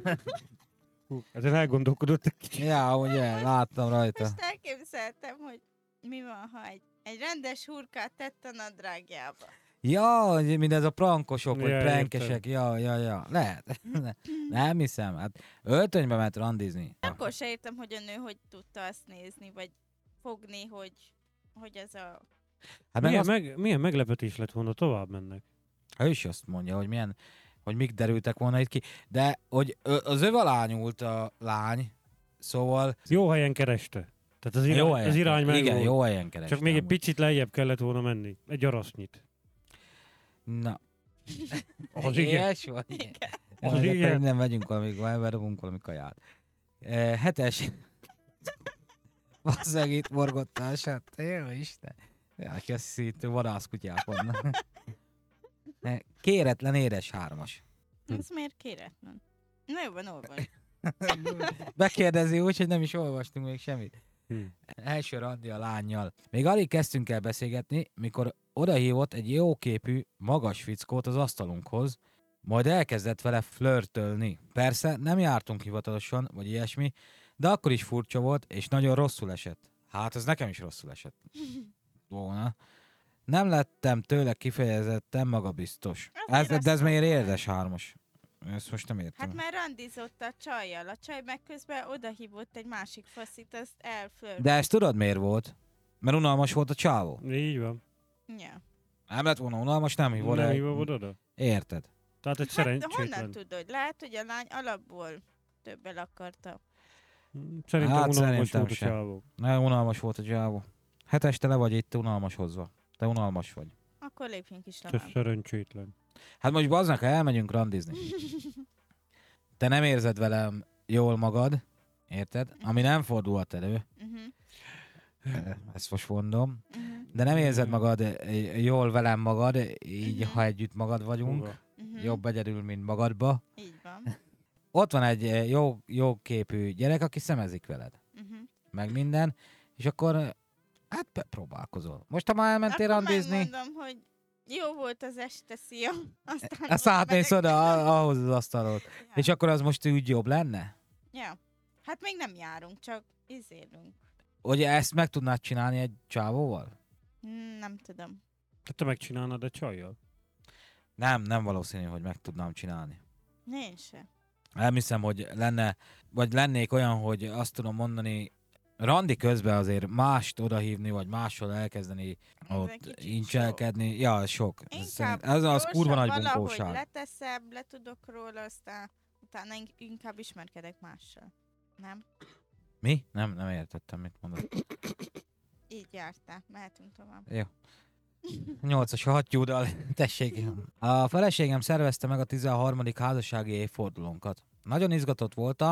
Speaker 3: Hú, ezen elgondolkodott egy kicsit.
Speaker 2: Ja, ugye, láttam rajta.
Speaker 1: Most elképzeltem, hogy mi van, ha egy, egy rendes hurkát tett a nadrágjába.
Speaker 2: Ja, hogy mindez a prankosok, vagy
Speaker 3: Ja,
Speaker 2: prankesek, ja, ja, ja, lehet. Ne- Nem hiszem, hát öltönybe ment randizni.
Speaker 1: Akkor se értem, hogy a nő hogy tudta azt nézni, vagy fogni, hogy, hogy ez a...
Speaker 2: Hát meg
Speaker 3: Milyen,
Speaker 2: azt,
Speaker 3: meg, milyen meglepetés lett volna, tovább mennek.
Speaker 2: ő is azt mondja, hogy milyen, hogy mik derültek volna itt ki. De, hogy ö- az öv alá nyúlt a lány, szóval...
Speaker 3: Jó helyen kereste. Tehát az, irány,
Speaker 2: jó
Speaker 3: az irány meg
Speaker 2: igen,
Speaker 3: volt.
Speaker 2: jó helyen kereste.
Speaker 3: Csak még egy
Speaker 2: amúgy.
Speaker 3: picit lejjebb kellett volna menni. Egy arasznyit.
Speaker 2: Na.
Speaker 3: Az igen.
Speaker 2: Ilyes vagy?
Speaker 1: Igen.
Speaker 3: Az
Speaker 2: Az
Speaker 3: igen.
Speaker 2: nem vegyünk valami, bedobunk valami kaját. E, hetes. Bazzeg itt morgottását. Jó Isten. Ja, aki azt hiszi, itt vadászkutyák vannak. E, Kéretlen édes hármas.
Speaker 1: Ez miért kéretlen? Na jó, van, olvasd.
Speaker 2: Bekérdezi úgy, hogy nem is olvastunk még semmit.
Speaker 3: Hm.
Speaker 2: Első randi a lánnyal. Még alig kezdtünk el beszélgetni, mikor odahívott egy jóképű, magas fickót az asztalunkhoz, majd elkezdett vele flörtölni. Persze nem jártunk hivatalosan, vagy ilyesmi, de akkor is furcsa volt, és nagyon rosszul esett. Hát ez nekem is rosszul esett volna. Nem lettem tőle kifejezetten magabiztos. Ez,
Speaker 1: Azért
Speaker 2: de ez
Speaker 1: azt
Speaker 2: miért
Speaker 1: mondom.
Speaker 2: érdes hármas? Ezt most nem értem.
Speaker 1: Hát már randizott a csajjal. A csaj meg közben odahívott egy másik faszit, azt elflört.
Speaker 2: De ezt tudod miért volt? Mert unalmas volt a csávó.
Speaker 3: Így van.
Speaker 1: Ja.
Speaker 2: Nem lett volna unalmas, nem hívod
Speaker 3: Nem
Speaker 2: el.
Speaker 3: hívod oda?
Speaker 2: Érted?
Speaker 3: Tehát egy
Speaker 1: Hát
Speaker 3: szerencsétlen.
Speaker 1: honnan tudod? Lehet, hogy a lány alapból többel akarta.
Speaker 3: Szerintem
Speaker 2: Hát
Speaker 3: unalmas
Speaker 2: szerintem
Speaker 3: volt a
Speaker 2: sem.
Speaker 3: csávó.
Speaker 2: Ne, unalmas volt a csávó. Hetes te le vagy itt unalmas hozva. Te unalmas vagy.
Speaker 1: Akkor lépjünk is
Speaker 3: Te
Speaker 1: tovább.
Speaker 3: szerencsétlen.
Speaker 2: Hát most bazdnak, ha elmegyünk randizni. Te nem érzed velem jól magad, érted? Ami nem fordulhat elő,
Speaker 1: Uh-huh.
Speaker 2: ezt most mondom.
Speaker 1: Uh-huh.
Speaker 2: De nem érzed magad eh, jól velem magad, így
Speaker 1: Mhm.
Speaker 2: ha együtt magad vagyunk.
Speaker 3: Hova?
Speaker 1: Uh-huh.
Speaker 2: Jobb egyedül, mint magadba.
Speaker 1: Így van.
Speaker 2: Ott van egy eh, jó, jó képű gyerek, aki szemezik veled.
Speaker 1: Uh-huh.
Speaker 2: Meg minden, és akkor eh, hát bepróbálkozol. Most ha már elmentél
Speaker 1: Akkor
Speaker 2: randizni,
Speaker 1: megmondom, hogy jó volt az este, szia. Aztán
Speaker 2: ezt
Speaker 1: ott
Speaker 2: átmész
Speaker 1: megyek.
Speaker 2: oda a- ahhoz az asztalot.
Speaker 1: Ja.
Speaker 2: És akkor az most úgy jobb lenne?
Speaker 1: Ja. Hát még nem járunk, csak izélünk.
Speaker 2: Hogy ezt meg tudnád csinálni egy csávóval?
Speaker 1: Hmm, nem tudom.
Speaker 3: Hát te megcsinálnád a csajjal?
Speaker 2: Nem, nem valószínű, hogy meg tudnám csinálni.
Speaker 1: Én se.
Speaker 2: Nem hiszem, hogy lenne, vagy lennék olyan, hogy azt tudom mondani, randi közben azért mást odahívni, vagy máshol elkezdeni
Speaker 1: Ez
Speaker 2: ott
Speaker 1: egy kicsit
Speaker 2: incselkedni. Ja, sok. Ez,
Speaker 1: Inkább
Speaker 2: szerint, ez az
Speaker 1: gyorsan
Speaker 2: kurva nagy
Speaker 1: valahogy
Speaker 2: bunkóság.
Speaker 1: leteszem, letudok róla, aztán utána in- inkább ismerkedek mással. Nem?
Speaker 2: Mi? Nem, nem értettem, mit mondod.
Speaker 1: Így jártál. Mehetünk tovább.
Speaker 2: Jó. Nyolcas hattyúdal, tessék. A feleségem szervezte meg a tizenharmadik házassági évfordulónkat. Nagyon izgatott voltam,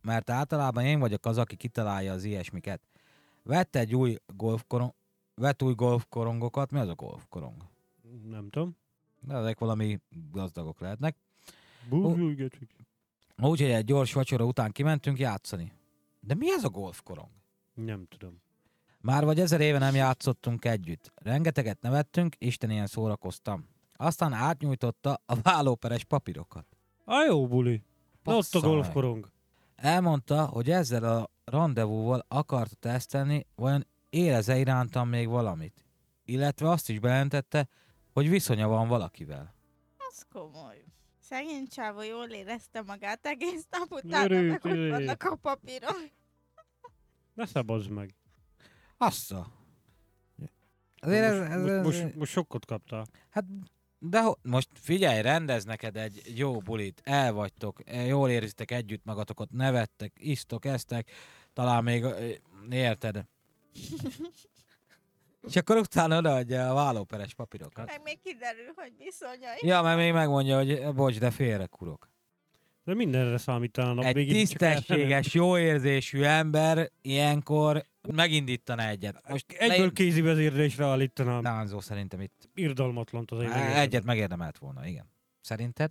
Speaker 2: mert általában én vagyok az, aki kitalálja az ilyesmiket. Vett egy új golfkorong, vett új golfkorongokat, mi az a golfkorong?
Speaker 3: Nem tudom.
Speaker 2: De ezek valami gazdagok lehetnek.
Speaker 3: Bújgőtük.
Speaker 2: Úgyhogy egy gyors vacsora után kimentünk játszani. De mi ez a golfkorong?
Speaker 3: Nem tudom.
Speaker 2: Már vagy ezer éve nem játszottunk együtt. Rengeteget nevettünk, Isten ilyen szórakoztam. Aztán átnyújtotta a vállóperes papírokat.
Speaker 3: A jó buli. Na ott a
Speaker 2: Bassza meg.
Speaker 3: golfkorong.
Speaker 2: Elmondta, hogy ezzel a rendezvúval akarta tesztelni, vajon érez-e irántam még valamit. Illetve azt is bejelentette, hogy viszonya van valakivel.
Speaker 1: Az komoly. Szegény csávó jól érezte magát egész nap utána,
Speaker 3: Örült,
Speaker 1: meg hogy
Speaker 3: örült.
Speaker 1: vannak a papírok.
Speaker 3: Ne szabazd meg.
Speaker 2: Assza. Azért ez, ez,
Speaker 3: most,
Speaker 2: ez,
Speaker 3: most, most sokkot kaptál.
Speaker 2: Hát, de ho- most figyelj, rendez neked egy jó bulit, el vagytok, jól érzitek együtt magatokat, nevettek, isztok, esztek, talán még, ö, érted? És akkor utána odaadja a vállóperes papírokat.
Speaker 1: Meg még kiderül, hogy viszonyai.
Speaker 2: Ja, mert még megmondja, hogy bocs, de félre kurok.
Speaker 3: De mindenre számítál a nap
Speaker 2: Egy
Speaker 3: végén, csak
Speaker 2: tisztességes, jó érzésű ember ilyenkor megindítana egyet. Most
Speaker 3: egyből kézi vezérlésre állítanám.
Speaker 2: Nánzó szerintem itt
Speaker 3: Irdalmatlant az én
Speaker 2: egyet megérdemelt volna, igen. Szerinted?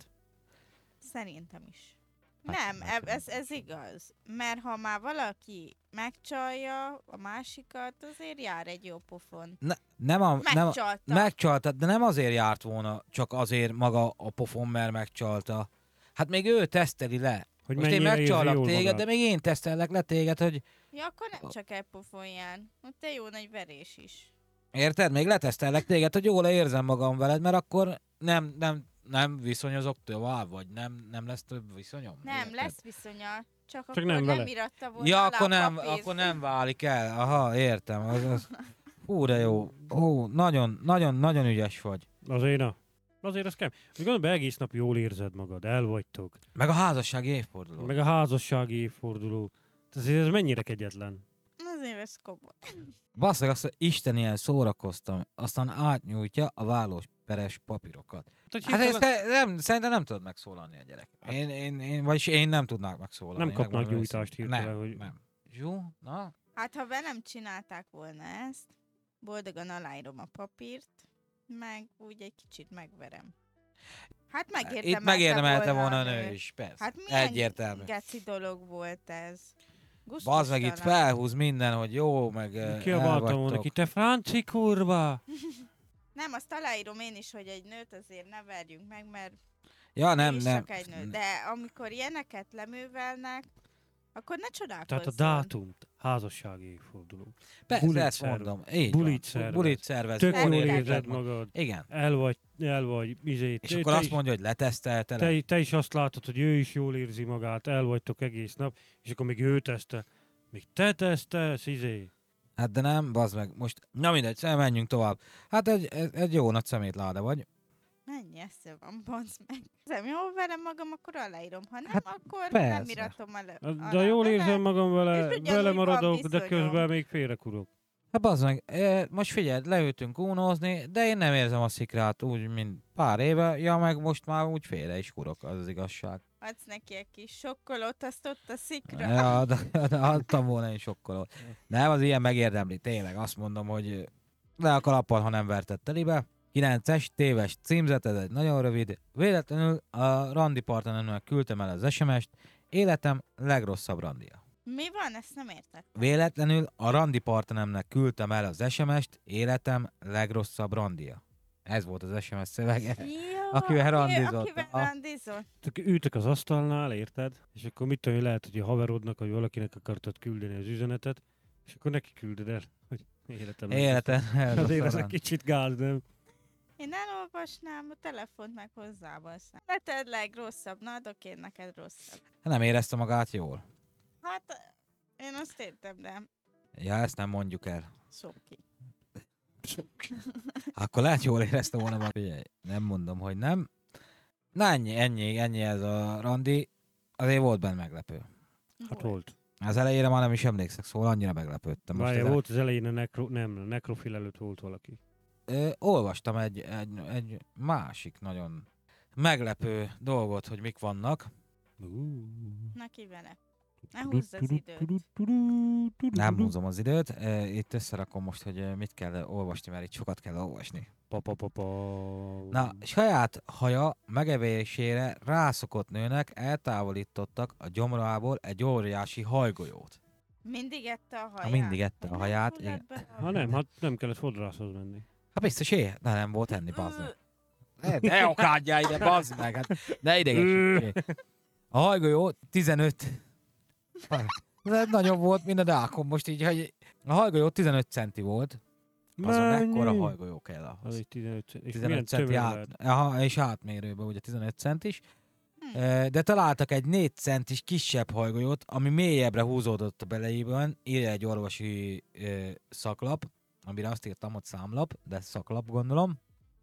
Speaker 1: Szerintem is.
Speaker 2: Hát,
Speaker 1: Nem,
Speaker 2: hát,
Speaker 1: eb- ez, ez igaz. Mert ha már valaki megcsalja a másikat, azért jár egy jó pofon.
Speaker 2: Ne, nem a... Nem a
Speaker 1: Megcsalta.
Speaker 2: megcsaltad, de nem azért járt volna, csak azért maga a pofon, mert megcsalta. Hát még ő teszteli le.
Speaker 3: Hogy
Speaker 2: Most én
Speaker 3: mennyire érzi
Speaker 2: megcsalak
Speaker 3: jól
Speaker 2: téged,
Speaker 3: magát.
Speaker 2: de még én tesztellek le téged, hogy
Speaker 1: Ja, akkor nem csak egy pofon jár. Ott egy jó nagy verés is.
Speaker 2: érted? Még letesztellek téged, hogy jól érzem magam veled, mert akkor nem, nem, nem viszonyozok tovább, vagy nem, nem lesz több viszonyom.
Speaker 1: Nem,
Speaker 2: érted?
Speaker 1: lesz viszonya. Csak,
Speaker 3: Csak
Speaker 1: akkor
Speaker 3: nem
Speaker 1: nem,
Speaker 3: vele.
Speaker 1: iratta volna
Speaker 2: Ja,
Speaker 1: alá
Speaker 2: akkor
Speaker 1: a
Speaker 2: nem,
Speaker 1: papírt.
Speaker 2: akkor nem válik el. Aha, értem. Az, az. Hú, de jó. Hú, nagyon, nagyon, nagyon ügyes vagy.
Speaker 3: Azért na. Azért ez kell. Még gondolom, egész nap jól érzed magad, el vagytok.
Speaker 2: Meg a házassági évforduló.
Speaker 3: Meg a házassági évforduló. Azért ez mennyire kegyetlen.
Speaker 1: Azért ez komoly.
Speaker 2: Basszeg, azt, hogy Isten ilyen szórakoztam, aztán átnyújtja a vállóperes papírokat.
Speaker 3: Tehát
Speaker 2: Hát ezt
Speaker 3: hirtelen
Speaker 2: te, nem, szerintem nem tudod megszólalni a gyerek. Én, én, én, vagyis én nem tudnák megszólalni.
Speaker 3: Nem kapnak
Speaker 2: megmondom
Speaker 3: gyújtást
Speaker 2: őszintén.
Speaker 3: hirtelen,
Speaker 2: Nem,
Speaker 3: hogy-
Speaker 2: nem. Zsú, na?
Speaker 1: Hát ha velem csinálták volna ezt, boldogan aláírom a papírt, meg úgy egy kicsit megverem. Hát megérdemelte
Speaker 2: Itt megérdemelte volna a
Speaker 1: a
Speaker 2: nő is, persze.
Speaker 1: Hát milyen
Speaker 2: Egyértelmű.
Speaker 1: geci dolog volt ez.
Speaker 2: Bazd meg itt
Speaker 1: Gusztustalan.
Speaker 2: felhúz minden, hogy jó, meg eh,
Speaker 3: kiabáltam volna ki, te franci kurva!
Speaker 1: Nem, azt aláírom én is, hogy egy nőt azért ne verjünk meg, mert
Speaker 2: Ja,
Speaker 1: ő
Speaker 2: nem,
Speaker 1: is
Speaker 2: nem.
Speaker 1: csak egy nő. De amikor ilyeneket leművelnek, akkor ne csodálkozzon.
Speaker 3: Tehát a dátum, házassági évforduló.
Speaker 2: Persze,
Speaker 3: bulit
Speaker 2: ezt
Speaker 3: szervez.
Speaker 2: mondom. Így
Speaker 3: Bulit
Speaker 2: van.
Speaker 3: szervez.
Speaker 2: Bulit szervez.
Speaker 3: Tök
Speaker 1: Hol
Speaker 3: jól
Speaker 1: érted
Speaker 3: érzed
Speaker 2: magad?
Speaker 3: magad.
Speaker 2: Igen.
Speaker 3: El vagy, el vagy, izé.
Speaker 2: És
Speaker 3: te,
Speaker 2: akkor
Speaker 3: te
Speaker 2: azt
Speaker 3: is,
Speaker 2: mondja, hogy letesztelte le.
Speaker 3: te, te is azt látod, hogy ő is jól érzi magát, el vagytok egész nap, és akkor még ő teszte. Még te tesztelsz, izé.
Speaker 2: Hát de nem, bazd meg. Most, na mindegy, szóval menjünk tovább. Hát egy, egy, egy jó nagy szemétláda vagy.
Speaker 1: Mennyi esze van, bazd meg. Nem jól verem magam, akkor aláírom. Ha nem,
Speaker 2: Hát
Speaker 1: akkor
Speaker 2: persze.
Speaker 1: nem iratom alá.
Speaker 3: De jól érzem magam vele,
Speaker 1: és ugyanúgy
Speaker 3: vele
Speaker 1: van
Speaker 3: maradok, de
Speaker 1: viszonyom.
Speaker 3: közben még félrekurok.
Speaker 2: Hát bazd meg, eh, most figyelj, leültünk unózni, de én nem érzem a szikrát úgy, mint pár éve. Ja, meg most már úgy félre is kurok, az az igazság.
Speaker 1: Adsz neki egy kis sokkolót, azt ott a szikra.
Speaker 2: Ja, de, de adtam volna én sokkolót. Nem, az ilyen megérdemli, tényleg. Azt mondom, hogy le a kalappal, ha nem verted telibe. kilences, téves címzet, ez egy nagyon rövid. Véletlenül a randi partneremnek küldtem el az es em est. Életem legrosszabb randia.
Speaker 1: Mi van? Ezt nem értettem.
Speaker 2: Véletlenül a randi partneremnek küldtem el az es em est. Életem legrosszabb randia. Ez volt az es em es szövege.
Speaker 1: Jó,
Speaker 2: Akivel
Speaker 1: aki-
Speaker 2: randizott.
Speaker 1: Akivel
Speaker 2: Ah.
Speaker 1: randizott.
Speaker 3: Tök ültök az asztalnál, érted? És akkor mit tudom, én, lehet, hogy a haverodnak, vagy valakinek akartad küldeni az üzenetet, és akkor neki küldöd el, hogy életem.
Speaker 2: Életem
Speaker 3: Azért ez
Speaker 2: legrosszabb
Speaker 3: egy kicsit gáz, nem?
Speaker 1: Én elolvasnám a telefont, meg hozzábasszám. Leted legrosszabb, na adok én neked rosszabb.
Speaker 2: Nem érezte magát jól.
Speaker 1: Hát, én azt értem, de
Speaker 2: Ja, ezt nem mondjuk el.
Speaker 1: soki.
Speaker 2: Akkor lehet jól érezte volna magát. Figyelj, nem mondom, hogy nem. Na ennyi, ennyi, ennyi ez a randi. Azért volt benne meglepő.
Speaker 3: Hát volt.
Speaker 2: Az elejére már nem is emlékszek, szóval annyira meglepődtem. Most
Speaker 3: Várja,
Speaker 2: ezen-
Speaker 3: volt az elején a nekro, nem, a nekrofil előtt volt valaki.
Speaker 2: Ö, olvastam egy, egy, egy másik nagyon meglepő dolgot, hogy mik vannak.
Speaker 3: Uh,
Speaker 1: Na ki vele? Ne húzd az időt.
Speaker 2: Nem húzom az időt. Eh, Itt összerakom most, hogy eh, mit kell olvasni, mert itt sokat kell olvasni.
Speaker 3: Pa, pa, pa, pa.
Speaker 2: Na, saját haja megevésére rászokott nőnek eltávolítottak a gyomrából egy óriási hajgolyót.
Speaker 1: Mindig ette a
Speaker 2: Ha
Speaker 1: haját?
Speaker 2: mindig ette a
Speaker 1: Nem
Speaker 2: haját,
Speaker 1: hullott
Speaker 2: igen.
Speaker 1: bele a
Speaker 3: Ha nem, hát nem kellett fodrászhoz menni.
Speaker 2: Hát biztos éhe, de nem volt enni, bazd meg. Ne, ne okádjál ide, bazd meg, hát ne idegesítsél. A hajgolyó tizenöt... Ez nagyobb volt, mint a dákom most így, hogy a hajgolyó tizenöt centi volt. Azon mekkora hajgolyó kell
Speaker 3: Az
Speaker 2: ahhoz.
Speaker 3: egy tizenöt cent. És
Speaker 2: tizenöt
Speaker 3: milyen
Speaker 2: centi
Speaker 3: tömör
Speaker 2: át,
Speaker 3: lehet?
Speaker 2: aha, és átmérőben ugye tizenöt cent is.
Speaker 1: Hm.
Speaker 2: Eh, De találtak egy négy centis kisebb hajgolyót, ami mélyebbre húzódott a belejében, írja egy orvosi eh, szaklap, amire azt írtam, hogy számlap, de szaklap gondolom.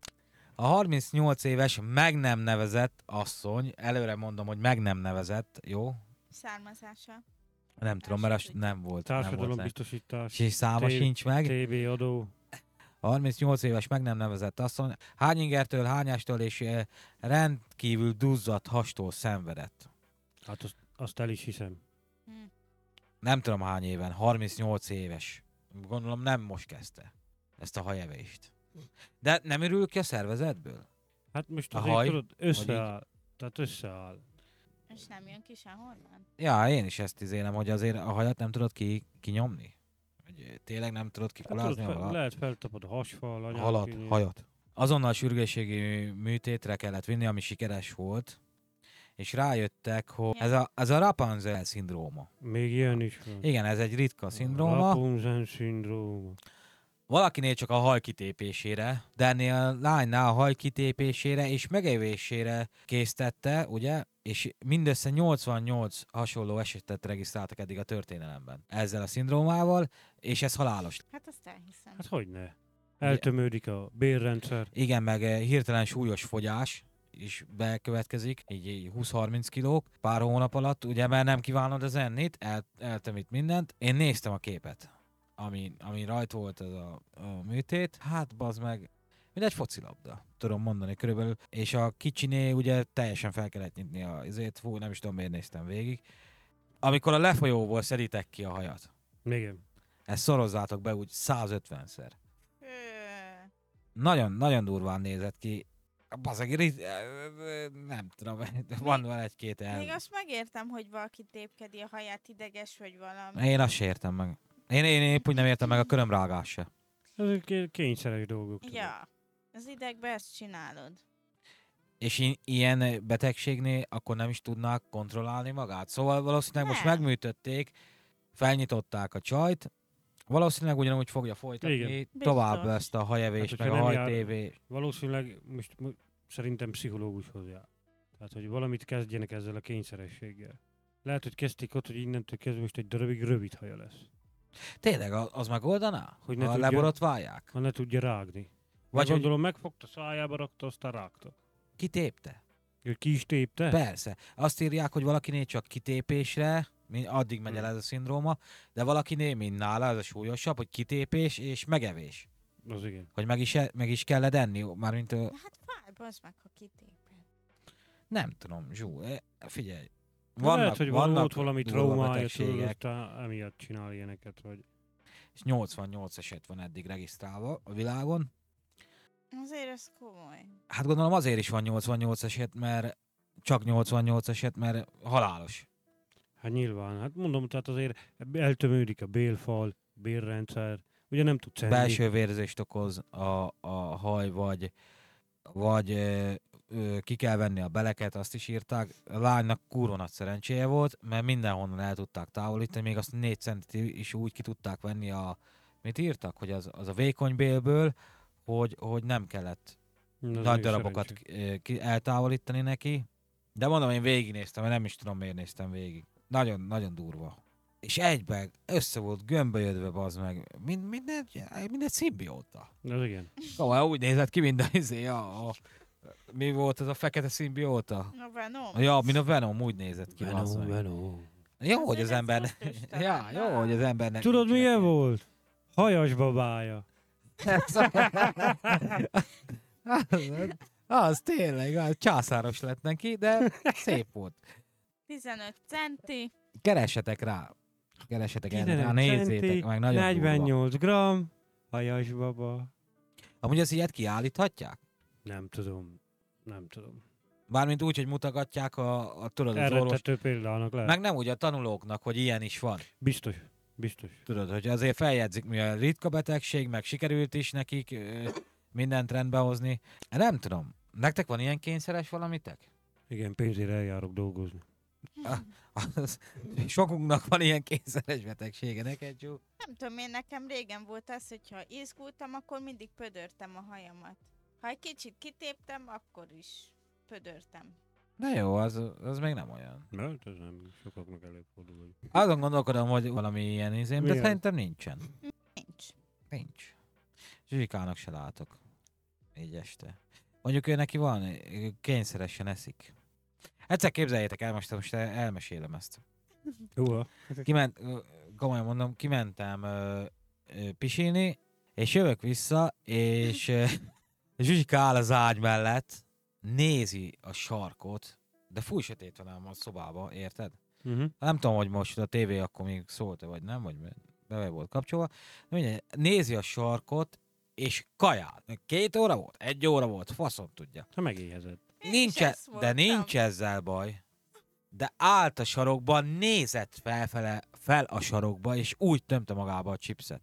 Speaker 2: A harmincnyolc éves meg nem nevezett asszony, előre mondom, hogy meg nem nevezett, jó?
Speaker 1: Származása.
Speaker 2: Nem tudom, mert az nem volt. Nem volt
Speaker 3: Társadalombiztosítás,
Speaker 2: és száma
Speaker 3: Té-
Speaker 2: sincs meg.
Speaker 3: té vé adó.
Speaker 2: A harmincnyolc éves meg nem nevezett asszony hányingertől, hányástól és eh, rendkívül duzzadt hastól szenvedett.
Speaker 3: Hát azt, azt el is hiszem.
Speaker 1: Hm.
Speaker 2: Nem tudom hány éven, harmincnyolc éves. Gondolom nem most kezdte ezt a hajevést. De nem örül ki a szervezetből?
Speaker 3: Hát most
Speaker 2: A
Speaker 3: azért
Speaker 2: haj,
Speaker 3: tudod, összeáll. Tehát összeáll.
Speaker 1: És nem jön ki sehonnan?
Speaker 2: Ja, én is ezt izélem, hogy azért a hajat nem tudod ki, kinyomni. Hogy tényleg nem tudod
Speaker 3: Hát
Speaker 2: kikulázni
Speaker 3: tudod,
Speaker 2: a
Speaker 3: fel,
Speaker 2: halat.
Speaker 3: lehet feltapod a hasfal, anyám.
Speaker 2: Halat,
Speaker 3: kinyíl.
Speaker 2: hajat. Azonnal sürgősségi műtétre kellett vinni, ami sikeres volt, és rájöttek, hogy ez a, ez a Rapunzel szindróma.
Speaker 3: Még ilyen is van.
Speaker 2: Igen, ez egy ritka szindróma.
Speaker 3: Rapunzel szindróma.
Speaker 2: Valakinél csak a haj kitépésére, de ennél a lánynál a haj kitépésére és megevésére késztette, ugye? És mindössze nyolcvannyolc hasonló esetet regisztráltak eddig a történelemben ezzel a szindrómával, és ez halálos.
Speaker 1: Hát azt elhiszem.
Speaker 3: Hát hogyne. Eltömődik a bérrendszer.
Speaker 2: Igen, meg eh, hirtelen súlyos fogyás is bekövetkezik, így, így húsz-harminc kilók pár hónap alatt, ugye, mert nem kívánod az ennit, el, eltemít mindent. Én néztem a képet, ami, ami rajt volt ez a, a műtét, hát bazd meg, mint egy focilabda, tudom mondani körülbelül, és a kicsiné ugye teljesen fel kellett nyitni a izét, fú, nem is tudom miért néztem végig. Amikor a lefolyóból szeditek ki a hajat,
Speaker 3: Igen.
Speaker 2: ezt szorozzátok be úgy százötvenszer.
Speaker 1: Hő.
Speaker 2: Nagyon, nagyon durván nézett ki. Bazeg, rit- nem tudom, van van egy-két el.
Speaker 1: Még azt megértem, hogy valaki tépkedi a haját, ideges vagy valami.
Speaker 2: Én azt se értem meg. Én, én épp úgy nem értem meg a körömrágás se.
Speaker 3: Ezek ké- kényszeres dolgok. tudod.
Speaker 1: Ja, az idegben ezt csinálod.
Speaker 2: És i- ilyen betegségnél akkor nem is tudnák kontrollálni magát. Szóval valószínűleg most
Speaker 1: Nem.
Speaker 2: megműtötték, felnyitották a csajt, valószínűleg ugyanúgy fogja folytatni
Speaker 3: Igen.
Speaker 2: tovább
Speaker 1: Biztos.
Speaker 2: ezt a hajevést,
Speaker 3: Hát,
Speaker 2: meg a
Speaker 3: hogyha nem jár-
Speaker 2: hajtévé.
Speaker 3: Valószínűleg most mo- szerintem pszichológushoz jár. Tehát, hogy valamit kezdjenek ezzel a kényszerességgel. Lehet, hogy kezdték ott, hogy innentől kezdve most egy darabig rövid haja lesz.
Speaker 2: Tényleg, a- az megoldaná?
Speaker 3: Hogy ne
Speaker 2: Ha
Speaker 3: tudja-
Speaker 2: leborotválják?
Speaker 3: Ha ne tudja rágni.
Speaker 2: Vagy
Speaker 3: Vagy
Speaker 2: hogy
Speaker 3: gondolom megfogta, szájába rakta, aztán rágta.
Speaker 2: kitépte?
Speaker 3: Ő ki is tépte?
Speaker 2: Persze. Azt írják, hogy valakinél csak kitépésre, mi- addig megy el ez a szindróma, de valakinél, mint nála, ez a súlyosabb, hogy kitépés és megevés.
Speaker 3: Az igen.
Speaker 2: Hogy meg is, e- meg is kellett enni, mármint ö,
Speaker 1: De hát fáj, bazd meg, ha kitéped.
Speaker 2: nem tudom, Zsú, e, figyelj.
Speaker 3: Vannak, lehet, hogy van
Speaker 2: vannak
Speaker 3: volt valami
Speaker 2: durva
Speaker 3: traumája, tudod,
Speaker 2: betegségek,
Speaker 3: aztán emiatt csinál ilyeneket, vagy...
Speaker 2: és nyolcvannyolc eset van eddig regisztrálva a világon.
Speaker 1: Azért ez komoly.
Speaker 2: Hát gondolom azért is van nyolcvannyolc eset, mert csak nyolcvannyolc eset, mert halálos.
Speaker 3: Hát nyilván, hát mondom, tehát azért eltömődik a bélfal, bélrendszer, ugye nem tudsz enni.
Speaker 2: Belső vérzést okoz a, a haj, vagy, vagy ö, ö, ki kell venni a beleket, azt is írták. A lánynak kurva nagy szerencséje volt, mert mindenhonnan el tudták távolítani, még azt négy centit is úgy ki tudták venni a... Mit írtak? Hogy az, az a vékony bélből, hogy, hogy nem kellett
Speaker 3: Na, az
Speaker 2: nagy
Speaker 3: még
Speaker 2: darabokat
Speaker 3: szerencsé.
Speaker 2: ö, ki, eltávolítani neki. De mondom, én végignéztem, mert nem is tudom, miért néztem végig. Nagyon, nagyon durva. És egyben össze volt gömbölyödve, bazd meg, mind, minden, minden szimbióta.
Speaker 3: Az igen.
Speaker 2: Szóval úgy nézett ki, mint a, izé, a, a, mi volt ez a fekete szimbióta?
Speaker 1: A Venom.
Speaker 2: Ja, mint a Venom, úgy nézett ki. bazd
Speaker 3: Venom,
Speaker 2: meg.
Speaker 3: Venom.
Speaker 2: Jó,
Speaker 1: Azért
Speaker 2: hogy az
Speaker 1: ez
Speaker 2: ember...
Speaker 1: gusztustalan,
Speaker 2: Ja, jó,
Speaker 1: na.
Speaker 2: hogy az embernek...
Speaker 3: Tudod
Speaker 2: nincs
Speaker 3: milyen
Speaker 2: neki.
Speaker 3: volt? Hajas babája.
Speaker 2: Az tényleg, az császáros lett neki, de szép volt.
Speaker 1: tizenöt centi,
Speaker 2: keressetek rá. Keressetek erre rá,
Speaker 3: tizenegy
Speaker 2: nézzétek
Speaker 3: centi,
Speaker 2: meg, nagyon durva.
Speaker 3: negyvennyolc gramm, hajas baba.
Speaker 2: Amúgy az ilyet kiállíthatják?
Speaker 3: Nem tudom. Nem tudom.
Speaker 2: Bármint úgy, hogy mutogatják a, a tudod, az orvos.
Speaker 3: Elrettető példának lehet.
Speaker 2: Meg nem úgy a tanulóknak, hogy ilyen is van.
Speaker 3: Biztos. Biztos.
Speaker 2: Tudod, hogy azért feljegyzik, mi a ritka betegség, meg sikerült is nekik ö, mindent rendbe hozni. Nem tudom. Nektek van ilyen kényszeres valamitek?
Speaker 3: Igen, pénzért eljárok dolgozni.
Speaker 2: Az, sokunknak van ilyen kényszeres betegsége, neked, Zsú?
Speaker 1: Nem tudom, én nekem régen volt az, hogyha izgultam, akkor mindig pödörtem a hajamat. Ha egy kicsit kitéptem, akkor is pödörtem.
Speaker 2: Na jó, az, az még nem olyan.
Speaker 3: Mert ez nem sokaknak előfordul. Hogy...
Speaker 2: Azon gondolkodom, hogy valami ilyen izém, de
Speaker 3: Milyen?
Speaker 2: szerintem nincsen.
Speaker 1: Nincs.
Speaker 2: Nincs. Zsuzsikának se látok. Így este. Mondjuk ő neki van, ő kényszeresen eszik. Egyszer képzeljétek el, most, most elmesélem ezt.
Speaker 3: Jó,
Speaker 2: Kiment, ö, komolyan mondom, kimentem ö, ö, pisilni, és jövök vissza, és ö, Zsuzsika áll az ágy mellett, nézi a sarkot, de fúj sötét van ám a szobába, érted?
Speaker 3: uh-huh.
Speaker 2: Nem tudom, hogy most a tévé akkor még szólt vagy nem, vagy be volt kapcsolva. De mindegy, nézi a sarkot, és kajál. Két óra volt? Egy óra volt? Faszom tudja.
Speaker 3: Ha megéhezed.
Speaker 1: Én
Speaker 2: Nincs,
Speaker 1: is
Speaker 2: e-
Speaker 1: ezt
Speaker 2: de
Speaker 1: voltam.
Speaker 2: nincs ezzel baj. De állt a sarokban, nézett felfele, fel a sarokba, és úgy tömte magába a chipset.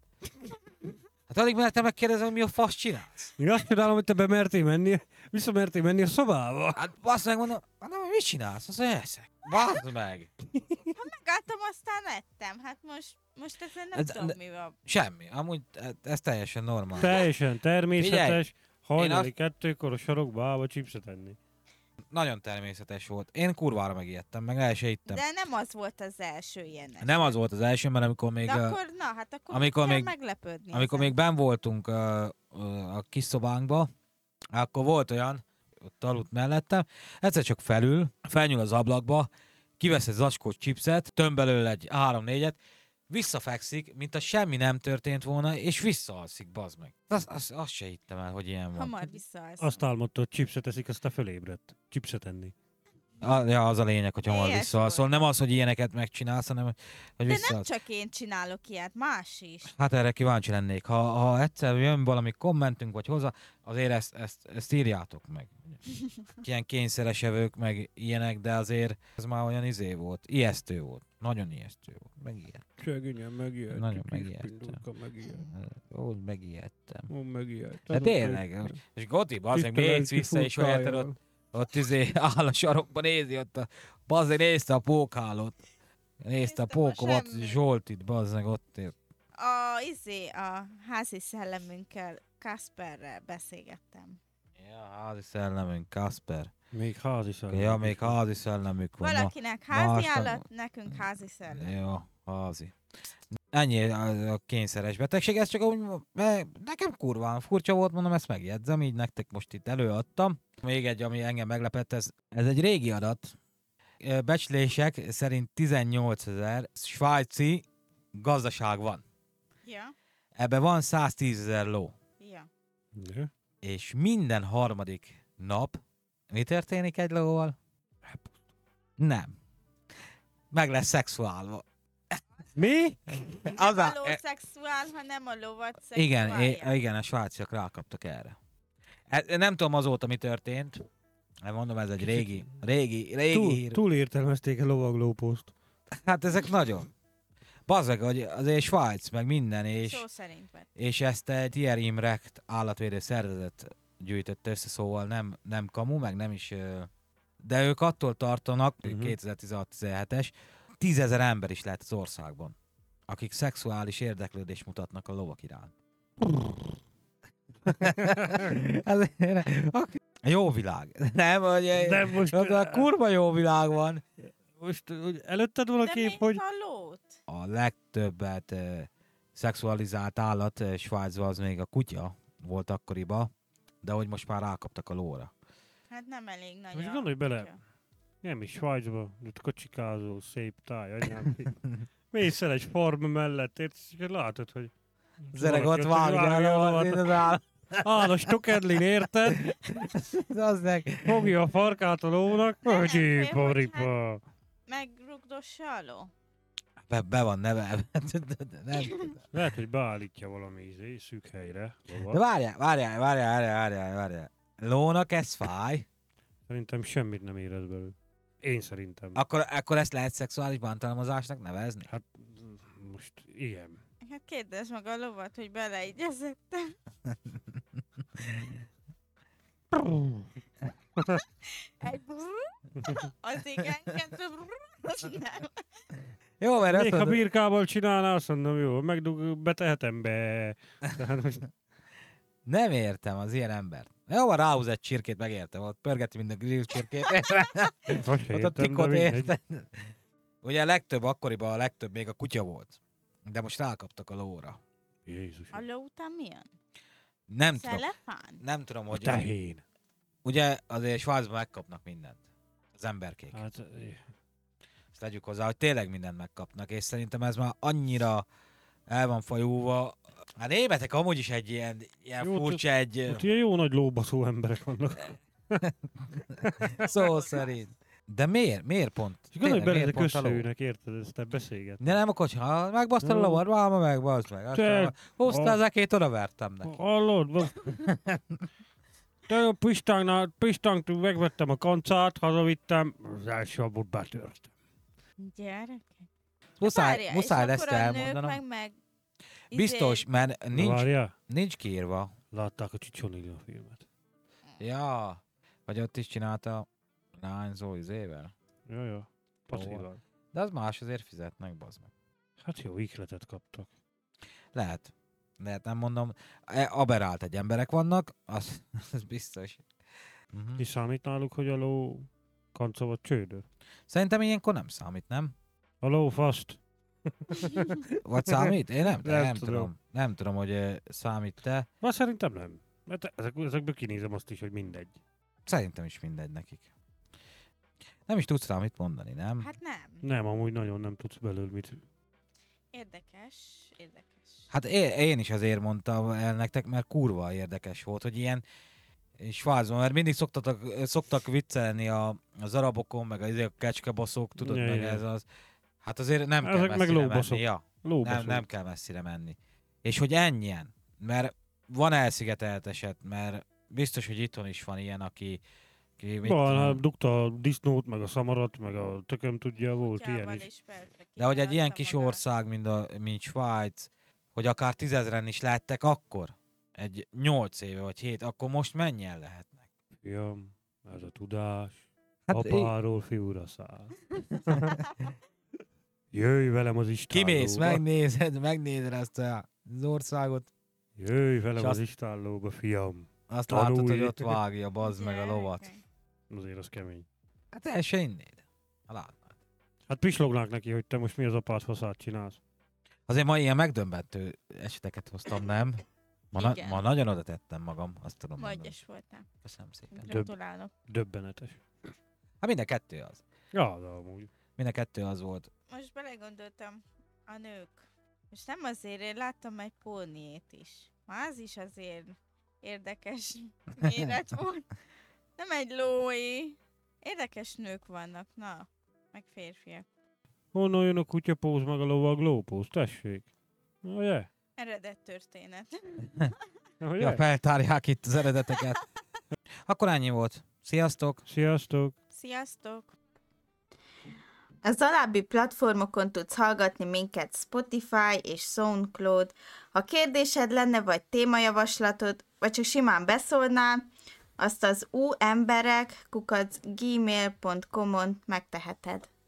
Speaker 2: Hát alig mertem megkérdezni, hogy mi a fasz csinálsz.
Speaker 3: Én azt csodálom, hogy te bemertél menni, visszamertél menni a szobába.
Speaker 2: Hát basz meg, mondom, mondom, hogy mit csinálsz? Azt mondja, eszek. Basz meg.
Speaker 1: Ha megálltam, aztán ettem. Hát most, most ezen nem
Speaker 2: Ez-
Speaker 1: tudom,
Speaker 2: de-
Speaker 1: mi van.
Speaker 2: Semmi. Amúgy e- ez teljesen normális.
Speaker 3: Teljesen természetes, hajnali
Speaker 2: azt-
Speaker 3: kettőkor a sarokba állva chipset enni.
Speaker 2: Nagyon természetes volt. Én kurvára megijedtem, meg el se ittem.
Speaker 1: De nem az volt az első ilyen eset.
Speaker 2: Nem az volt az első, mert amikor még,
Speaker 1: De
Speaker 2: ö,
Speaker 1: akkor, na, hát akkor
Speaker 2: amikor
Speaker 1: kell
Speaker 2: még-
Speaker 1: meglepődni.
Speaker 2: amikor
Speaker 1: ezen.
Speaker 2: még benn voltunk ö, ö, a kis szobánkba, akkor volt olyan, ott aludt mellettem, egyszer csak felül, felnyúl az ablakba, kivesz egy zacskós chipset, töm belőle egy három-négyet, visszafekszik, mint a semmi nem történt volna, és visszaalszik, bazd meg. Azt az, az se hittem el, hogy ilyen van.
Speaker 1: Hamar visszaalszom.
Speaker 3: Azt álmodta, hogy chipset eszik, aztán fölébredt. Chipset enni.
Speaker 2: A, ja, az a lényeg, hogy hamar
Speaker 1: Ilyes
Speaker 2: visszaalszol.
Speaker 1: volt.
Speaker 2: Nem az, hogy ilyeneket megcsinálsz, hanem hogy
Speaker 1: De nem
Speaker 2: visszaalsz.
Speaker 1: csak én csinálok ilyet, más is.
Speaker 2: Hát erre kíváncsi lennék. Ha, ha egyszer jön valami kommentünk, vagy hozzá, azért ezt, ezt, ezt írjátok meg. Ilyen kényszeres evők, meg ilyenek, de azért ez már olyan izé volt. Ijesztő volt. Nagyon ijesztő volt. Megijedt.
Speaker 3: Szegényen megijedt.
Speaker 2: Nagyon
Speaker 3: kis
Speaker 2: megijedtem.
Speaker 3: pindulka megijedt.
Speaker 2: Úgy megijedtem.
Speaker 3: Ó, megijedt.
Speaker 2: De tényleg. És Goti, bazdmeg, mész vissza, és érted, ott, ott izé áll a sarokban, nézi ott a... Bazdmeg, nézte a pókhálót. Nézte a
Speaker 1: Néztem a
Speaker 2: pókomat,
Speaker 1: semmi.
Speaker 2: Zsoltit, bazdmeg, ott ért.
Speaker 1: A, izé, a házi szellemünkkel, Kasperrel beszélgettem.
Speaker 2: Ja, házi szellemünk, Kasper.
Speaker 3: Még házi szellem.
Speaker 2: Ja, még házi szellemük van. Ma-
Speaker 1: Valakinek házi
Speaker 2: más-
Speaker 1: állat, nekünk házi szellem.
Speaker 2: Jó, házi. Ennyi a, a kényszeres betegség, ez csak úgy, mert nekem kurván furcsa volt, mondom, ezt megjegyzem, így nektek most itt előadtam. Még egy, ami engem meglepett, ez, ez egy régi adat. Ö, Becslések szerint tizennyolcezer svájci gazdaság van.
Speaker 1: Ja,
Speaker 2: Ebben van száztízezer ló.
Speaker 1: ja.
Speaker 3: Ja.
Speaker 2: És minden harmadik nap mi történik egy lóval? Nem. Meg lesz szexuálva.
Speaker 3: Mi?
Speaker 1: Nem
Speaker 2: Az
Speaker 1: a
Speaker 2: a-
Speaker 1: ló
Speaker 2: e-
Speaker 1: szexuál, hanem a lovat
Speaker 2: Igen,
Speaker 1: szexuálja.
Speaker 2: é- igen, a svájciak rákaptak erre. E- Nem tudom azóta, mi történt. Hát mondom, ez egy régi, régi, régi
Speaker 3: Túl,
Speaker 2: hír.
Speaker 3: túl értelmezték a lovaglóposzt.
Speaker 2: Hát ezek nagyon. Bazzeg, hogy azért Svájc, meg minden, és,
Speaker 1: Szó szerint vett.
Speaker 2: és ezt egy Thierry Imrecht állatvédő szervezet gyűjtött össze, szóval nem, nem kamu, meg nem is... ö, De ők attól tartanak,
Speaker 3: Mhm.
Speaker 2: kétezer-tizenhat-tizenhetes, tízezer ember is lehet az országban, akik szexuális érdeklődést mutatnak a lovak iránt. Azért, ak- jó világ. Nem, hogy
Speaker 3: De most...
Speaker 2: az a kurva jó világ van.
Speaker 3: Most hogy előtted van a
Speaker 1: De
Speaker 3: kép,
Speaker 1: még
Speaker 3: hogy...
Speaker 1: a lót?
Speaker 2: A legtöbbet eh, szexualizált állat eh, Svájcban az még a kutya volt akkoriban, de hogy most már rákaptak a lóra.
Speaker 1: Hát nem elég nagy
Speaker 3: Most
Speaker 1: a
Speaker 3: gondolj bele.
Speaker 1: kutya.
Speaker 3: Nem is Svájcba, ott kocsikázó, szép táj, anyám. Mész el egy farm mellett, érted, és látod, hogy...
Speaker 2: Zereg ott
Speaker 3: valaki
Speaker 2: vágja a
Speaker 3: lovat.
Speaker 2: lovat, az áll.
Speaker 3: Áll a Stokerlin, érted?
Speaker 2: Az meg.
Speaker 3: Fogja a farkát a lónak,
Speaker 1: De nem
Speaker 3: hogy
Speaker 1: fél, hogy
Speaker 3: paripa.
Speaker 1: Megrugdossa a ló?
Speaker 2: Be, be van nevelve. Nem.
Speaker 3: Lehet, hogy beállítja valami izé, szűk helyre.
Speaker 2: De várjál, várjál, várjál, várjál, várjál, várjál. Lónak ez fáj.
Speaker 3: Szerintem semmit nem érez belőle. Én szerintem.
Speaker 2: Akkor, akkor ezt lehet szexuális bántalmazásnak nevezni?
Speaker 3: Hát most igen.
Speaker 1: Hát kérdezd meg a lovat, hogy beleigyezettem. Egy az igen, kettő csinál.
Speaker 2: Jó, mert
Speaker 3: Még
Speaker 2: azt
Speaker 3: ha
Speaker 2: mondod,
Speaker 3: birkával csinálná, azt mondom, jó, megdug, betehetem be. Tehát most
Speaker 2: nem értem az ilyen embert. Jó, van, ráhúz egy csirkét, megértem. Ott pörgeti minden grill csirkét.
Speaker 3: azt se
Speaker 2: Ott a
Speaker 3: értem, de
Speaker 2: tikot
Speaker 3: mindegy.
Speaker 2: érted. Ugye a legtöbb, akkoriban a legtöbb még a kutya volt. De most rákaptak a lóra.
Speaker 3: Jézus.
Speaker 1: A ló után milyen?
Speaker 2: Nem tudom.
Speaker 1: Szelefán?
Speaker 2: Nem tudom,
Speaker 3: A
Speaker 2: hogy...
Speaker 3: tehén.
Speaker 2: Ugye azért Svájcban megkapnak mindent. Az emberkék.
Speaker 3: Hát,
Speaker 2: Ezt tegyük hozzá, hogy tényleg mindent megkapnak, és szerintem ez már annyira el van fajulva. A németek amúgy is egy ilyen, ilyen
Speaker 3: Jó,
Speaker 2: furcsa, egy
Speaker 3: ott ilyen jó nagy lóbaszó emberek vannak.
Speaker 2: szó szerint. De miért? Miért pont?
Speaker 3: És gondolj bele,
Speaker 2: miért
Speaker 3: ezek
Speaker 2: pont a ló?
Speaker 3: összeülnek, érted, ezt beszélgetni.
Speaker 2: De nem a kocsi, ha megbasztad a
Speaker 3: Jó.
Speaker 2: lovat, válma meg, baszd meg.
Speaker 3: Te-
Speaker 2: Aztán húztál
Speaker 3: a-
Speaker 2: az ekét, oda vertem neki.
Speaker 3: Hallod? Ba- Te a Pistánknál, Pistánktól megvettem a kancát, hazavittem, az első abot betörtem.
Speaker 1: Gyerekek.
Speaker 2: Muszáj,
Speaker 1: Várjál,
Speaker 2: muszáj
Speaker 1: és
Speaker 2: lesz
Speaker 1: akkor a nők
Speaker 2: elmondanom.
Speaker 1: meg meg... izé-
Speaker 2: Biztos, mert
Speaker 3: Na,
Speaker 2: nincs,
Speaker 3: várjál?
Speaker 2: nincs kiírva.
Speaker 3: Látták a Csicsonília filmet.
Speaker 2: Ja, vagy ott is csinálta lányzó izével.
Speaker 3: Ja, ja. Patrival.
Speaker 2: De az más, azért fizetnek, bazd meg.
Speaker 3: Hát jó, ihletet kaptak.
Speaker 2: Lehet. Lehet, nem mondom. E, aberált egy emberek vannak, az, az biztos. Uh-huh.
Speaker 3: Mi számít náluk, hogy a ló kanca vagy csődő?
Speaker 2: Szerintem ilyenkor nem számít, nem?
Speaker 3: A ló faszt.
Speaker 2: Vagy számít? Én nem,
Speaker 3: Nem
Speaker 2: nem, nem
Speaker 3: tudom.
Speaker 2: tudom. Nem tudom, hogy eh, számít-e.
Speaker 3: Már szerintem nem. Mert ezek, ezekből kinézem azt is, hogy mindegy.
Speaker 2: Szerintem is mindegy nekik. Nem is tudsz rá mit mondani, nem?
Speaker 1: Hát nem.
Speaker 3: Nem, amúgy nagyon nem tudsz belőle mit.
Speaker 1: Érdekes, érdekes.
Speaker 2: Hát én, én is azért mondtam el nektek, mert kurva érdekes volt, hogy ilyen Svájcban, mert mindig szoktatok, szoktak viccelni a, az arabokon, meg az a kecskebaszók, tudod,
Speaker 3: Ja,
Speaker 2: meg
Speaker 3: ja.
Speaker 2: ez az. Hát azért nem
Speaker 3: Ezek
Speaker 2: kell
Speaker 3: meg
Speaker 2: messzire
Speaker 3: lóbaszok.
Speaker 2: menni. Ja,
Speaker 3: Lóbaszó.
Speaker 2: nem, nem kell messzire menni. És hogy ennyien, mert van elszigetelt eset, mert biztos, hogy itthon is van ilyen, aki, aki mit
Speaker 3: Van,
Speaker 2: tudom,
Speaker 3: hát dugta a disznót, meg a szamarat, meg a tököm tudja, volt ilyen
Speaker 1: Kutyával
Speaker 3: is.
Speaker 1: is persze
Speaker 2: de hogy egy ilyen
Speaker 1: kiállta
Speaker 2: kis
Speaker 1: magát.
Speaker 2: ország, mint, a, mint Svájc, hogy akár tízezren is lettek akkor, egy nyolc éve vagy hét, akkor most mennyien lehetnek?
Speaker 3: Fiam, ez a tudás.
Speaker 2: Hát
Speaker 3: Apáról fiúra száll. Jöjj velem az istállóba.
Speaker 2: kimész, megnézed, megnézed azt az országot,
Speaker 3: Jöjj velem
Speaker 2: És
Speaker 3: az
Speaker 2: azt-
Speaker 3: istállóba, fiam.
Speaker 2: azt
Speaker 3: Tanulj.
Speaker 2: látod, hogy ott vágja, bazd meg a lovat.
Speaker 1: Gyerekek.
Speaker 3: Azért az kemény.
Speaker 2: Hát el se innéd. Ha látnád.
Speaker 3: Hát pislognák neki, hogy te most mi az apád faszát csinálsz.
Speaker 2: Azért ma ilyen megdöbbentő eseteket hoztam, nem? Ma, na-
Speaker 1: Igen.
Speaker 2: ma nagyon oda tettem magam, azt tudom mondani.
Speaker 1: Magyos voltál.
Speaker 2: Köszönöm szépen.
Speaker 1: Gratulálok.
Speaker 3: Döbbenetes.
Speaker 2: Hát mind a kettő az.
Speaker 3: Ja, de amúgy.
Speaker 2: Mind a kettő az volt.
Speaker 1: Most belegondoltam, a nők. És nem azért, én láttam egy póniét is. Már az is azért érdekes méret volt. Nem egy lóé. Érdekes nők vannak, na. Meg férfiak.
Speaker 3: Honnan jön a kutyapóz meg a lovag lópóz? Tessék. Ugye?
Speaker 1: Eredet történet.
Speaker 3: Ugye?
Speaker 2: Ja, feltárják itt az eredeteket. Akkor ennyi volt. Sziasztok!
Speaker 3: Sziasztok!
Speaker 1: Sziasztok! Az alábbi platformokon tudsz hallgatni minket Spotify és SoundCloud. Ha kérdésed lenne, vagy témajavaslatod, vagy csak simán beszólnál, azt az u emberek kukac gmail pont com-on megteheted.